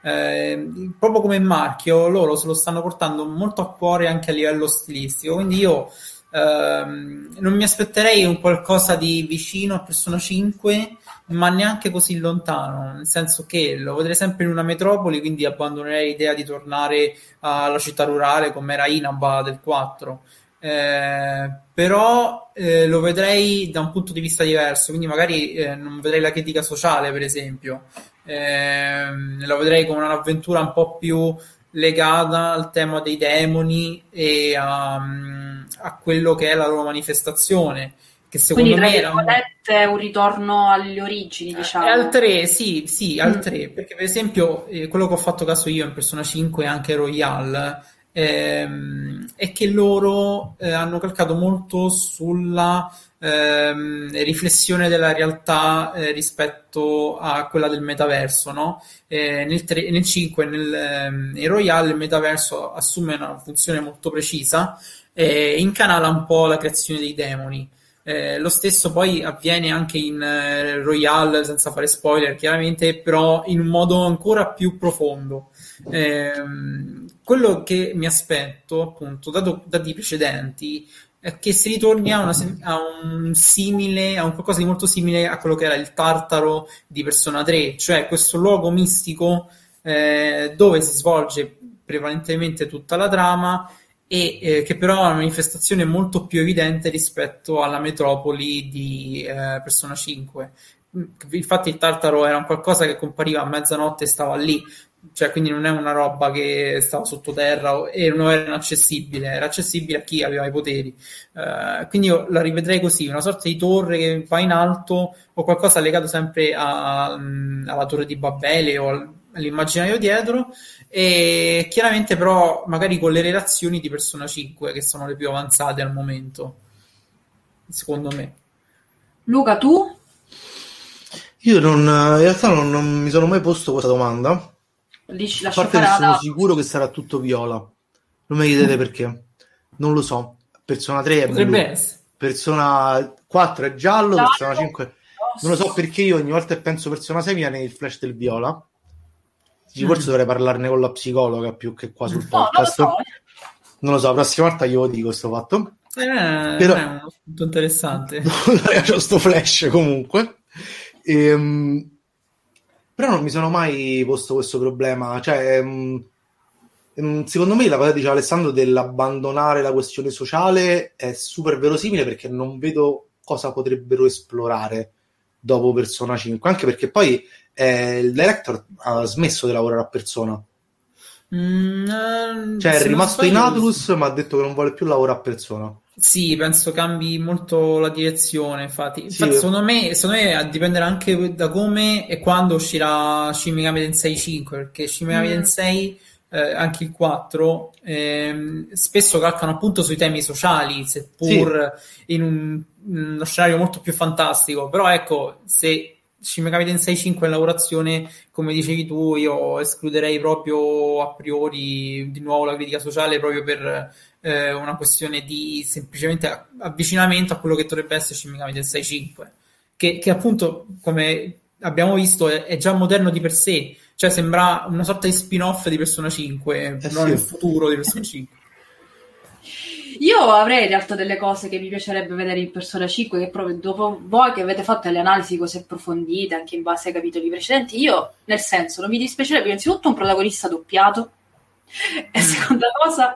ehm, proprio come marchio loro se lo stanno portando molto a cuore anche a livello stilistico, quindi io ehm, non mi aspetterei un qualcosa di vicino a Persona cinque, ma neanche così lontano, nel senso che lo vedrei sempre in una metropoli, quindi abbandonerei l'idea di tornare alla città rurale come era Inaba del quattro. Eh, però eh, lo vedrei da un punto di vista diverso, quindi magari eh, non vedrei la critica sociale, per esempio. Eh, lo vedrei come un'avventura un po' più legata al tema dei demoni e a, a quello che è la loro manifestazione, che secondo Quindi, tra me era un... virgolette, un ritorno alle origini, diciamo. E al tre, sì, sì, al Mm. tre, perché per esempio eh, quello che ho fatto caso io in Persona cinque e anche Royal ehm, è che loro eh, hanno calcato molto sulla ehm, riflessione della realtà eh, rispetto a quella del metaverso, no? Eh, nel, tre, nel cinque e nel, ehm, in Royal il metaverso assume una funzione molto precisa e incanala un po' la creazione dei demoni. Eh, lo stesso poi avviene anche in eh, Royal, senza fare spoiler chiaramente, però in un modo ancora più profondo. Ehm, quello che mi aspetto, appunto, dato dati precedenti, è che si ritorni a, una, a un simile, a un qualcosa di molto simile a quello che era il Tartaro di Persona tre, cioè questo luogo mistico eh, dove si svolge prevalentemente tutta la trama e eh, che però ha una manifestazione molto più evidente rispetto alla metropoli di eh, Persona cinque. Infatti il Tartaro era un qualcosa che compariva a mezzanotte e stava lì, cioè quindi non è una roba che stava sottoterra e non era inaccessibile, era accessibile a chi aveva i poteri. Uh, quindi io la rivedrei così, una sorta di torre che va in alto o qualcosa legato sempre a, um, alla torre di Babele o al, all'immaginario dietro, e chiaramente però magari con le relazioni di Persona cinque che sono le più avanzate al momento, secondo me. Luca, tu? Io non, in realtà non, non mi sono mai posto questa domanda. Dici, A lascio parte fare che la sono data. sicuro che sarà tutto viola. Non mi chiedete perché. Non lo so. Persona tre è Potrebbe blu. essere. Persona quattro è giallo, Giallo. Persona cinque... Non lo so perché io ogni volta che penso Persona sei mi viene il flash del viola. Sì, forse Mm. dovrei parlarne con la psicologa più che qua sul No, non lo podcast. so. Non lo so, la prossima volta glielo dico sto fatto. Eh, Però- è uno spunto interessante. C'ho sto flash comunque. Ehm, Però non mi sono mai posto questo problema. Cioè, ehm, ehm, secondo me la cosa che diceva Alessandro dell'abbandonare la questione sociale è super verosimile, perché non vedo cosa potrebbero esplorare dopo Persona cinque, anche perché poi eh, il director ha smesso di lavorare a Persona. Mm, eh, Cioè è se non rimasto in sbaglio- Atlus, ma ha detto che non vuole più lavorare a Persona. Sì, penso cambi molto la direzione, infatti. Sì. Infatti, secondo me, secondo me dipenderà anche da come e quando uscirà Shin Megami Tensei cinque, perché Shin Megami Mm. Tensei, eh, anche il quattro, ehm, spesso calcano appunto sui temi sociali, seppur in un, in uno scenario molto più fantastico. Però ecco, se Shin Megami Tensei cinque è in lavorazione, come dicevi tu, io escluderei proprio a priori di nuovo la critica sociale, proprio per eh, una questione di semplicemente avvicinamento a quello che dovrebbe essere Shin Megami Tensei cinque, che, che appunto, come abbiamo visto è, è già moderno di per sé, cioè sembra una sorta di spin-off di Persona cinque, Eh non sì. il futuro di Persona cinque. Io avrei in realtà delle cose che mi piacerebbe vedere in Persona cinque, che proprio dopo voi che avete fatto le analisi così approfondite, anche in base ai capitoli precedenti, io, nel senso, non mi dispiacerebbe innanzitutto un protagonista doppiato, e seconda cosa,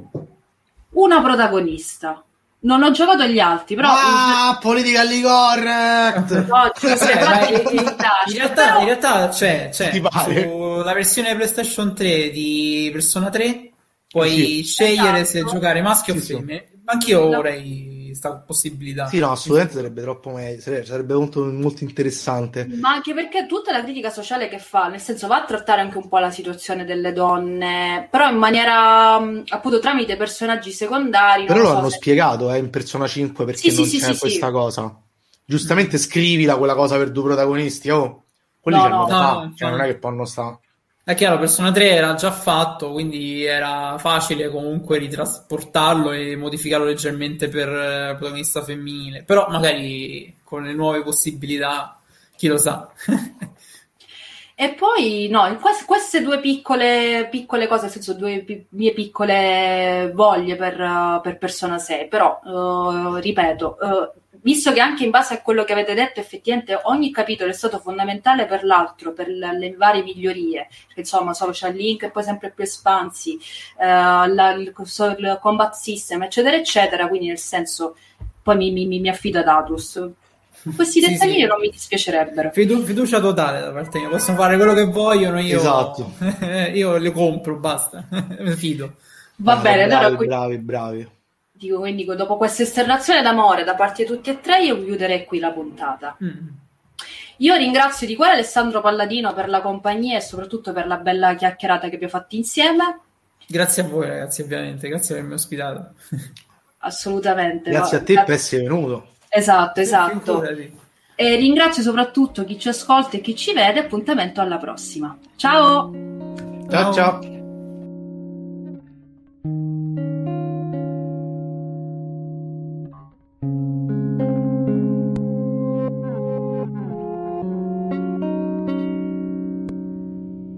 una protagonista. Non ho giocato agli altri, però... Ah, politically correct! No, ci sono Eh, ma fatti in, di in- vintage, in realtà, però- in realtà c'è, c'è Ti pare? sulla versione PlayStation tre di Persona tre puoi Sì. scegliere Esatto. se giocare maschio Sì, o sì. femmine. Anch'io No. vorrei questa possibilità. Sì, no, assolutamente sarebbe troppo meglio, sarebbe, sarebbe molto, molto interessante. Ma anche perché tutta la critica sociale che fa, nel senso va a trattare anche un po' la situazione delle donne, però in maniera mh, appunto tramite personaggi secondari. Però non lo so hanno se- spiegato eh, in Persona cinque perché Sì, non sì, c'è sì, questa sì. cosa. Giustamente scrivila quella cosa per due protagonisti, oh, quelli No, c'hanno no. da No, fare, no, cioè no. non è che poi non sta. È chiaro, Persona tre era già fatto, quindi era facile comunque ritrasportarlo e modificarlo leggermente per eh, protagonista femminile. Però magari con le nuove possibilità, chi lo sa. E poi, no, in quest- queste due piccole, piccole cose, nel senso due pi- mie piccole voglie per, uh, per Persona sei, però, uh, ripeto, uh, visto che anche in base a quello che avete detto, effettivamente ogni capitolo è stato fondamentale per l'altro, per le, le varie migliorie, perché, insomma, social link e poi sempre più espansi, uh, la- il, il combat system, eccetera, eccetera, quindi nel senso, poi mi, mi, mi affido ad Atlus. Questi Sì, dettagli sì. non mi dispiacerebbero. Fidu- fiducia totale da parte mia, possono fare quello che vogliono, io, Esatto. io le compro, basta, mi fido. Va Ah, bene, bravi, allora qui- bravi, bravi. dico, quindi dopo questa esternazione d'amore da parte di tutti e tre, io chiuderei qui la puntata. Mm. Io ringrazio di cuore Alessandro Palladino per la compagnia e soprattutto per la bella chiacchierata che abbiamo fatto insieme. Grazie a voi ragazzi, ovviamente, grazie per avermi ospitato. Assolutamente. Grazie va- a te per essere venuto. Esatto, esatto. Figurati. E ringrazio soprattutto chi ci ascolta e chi ci vede. Appuntamento alla prossima. Ciao! Ciao Ciao. ciao.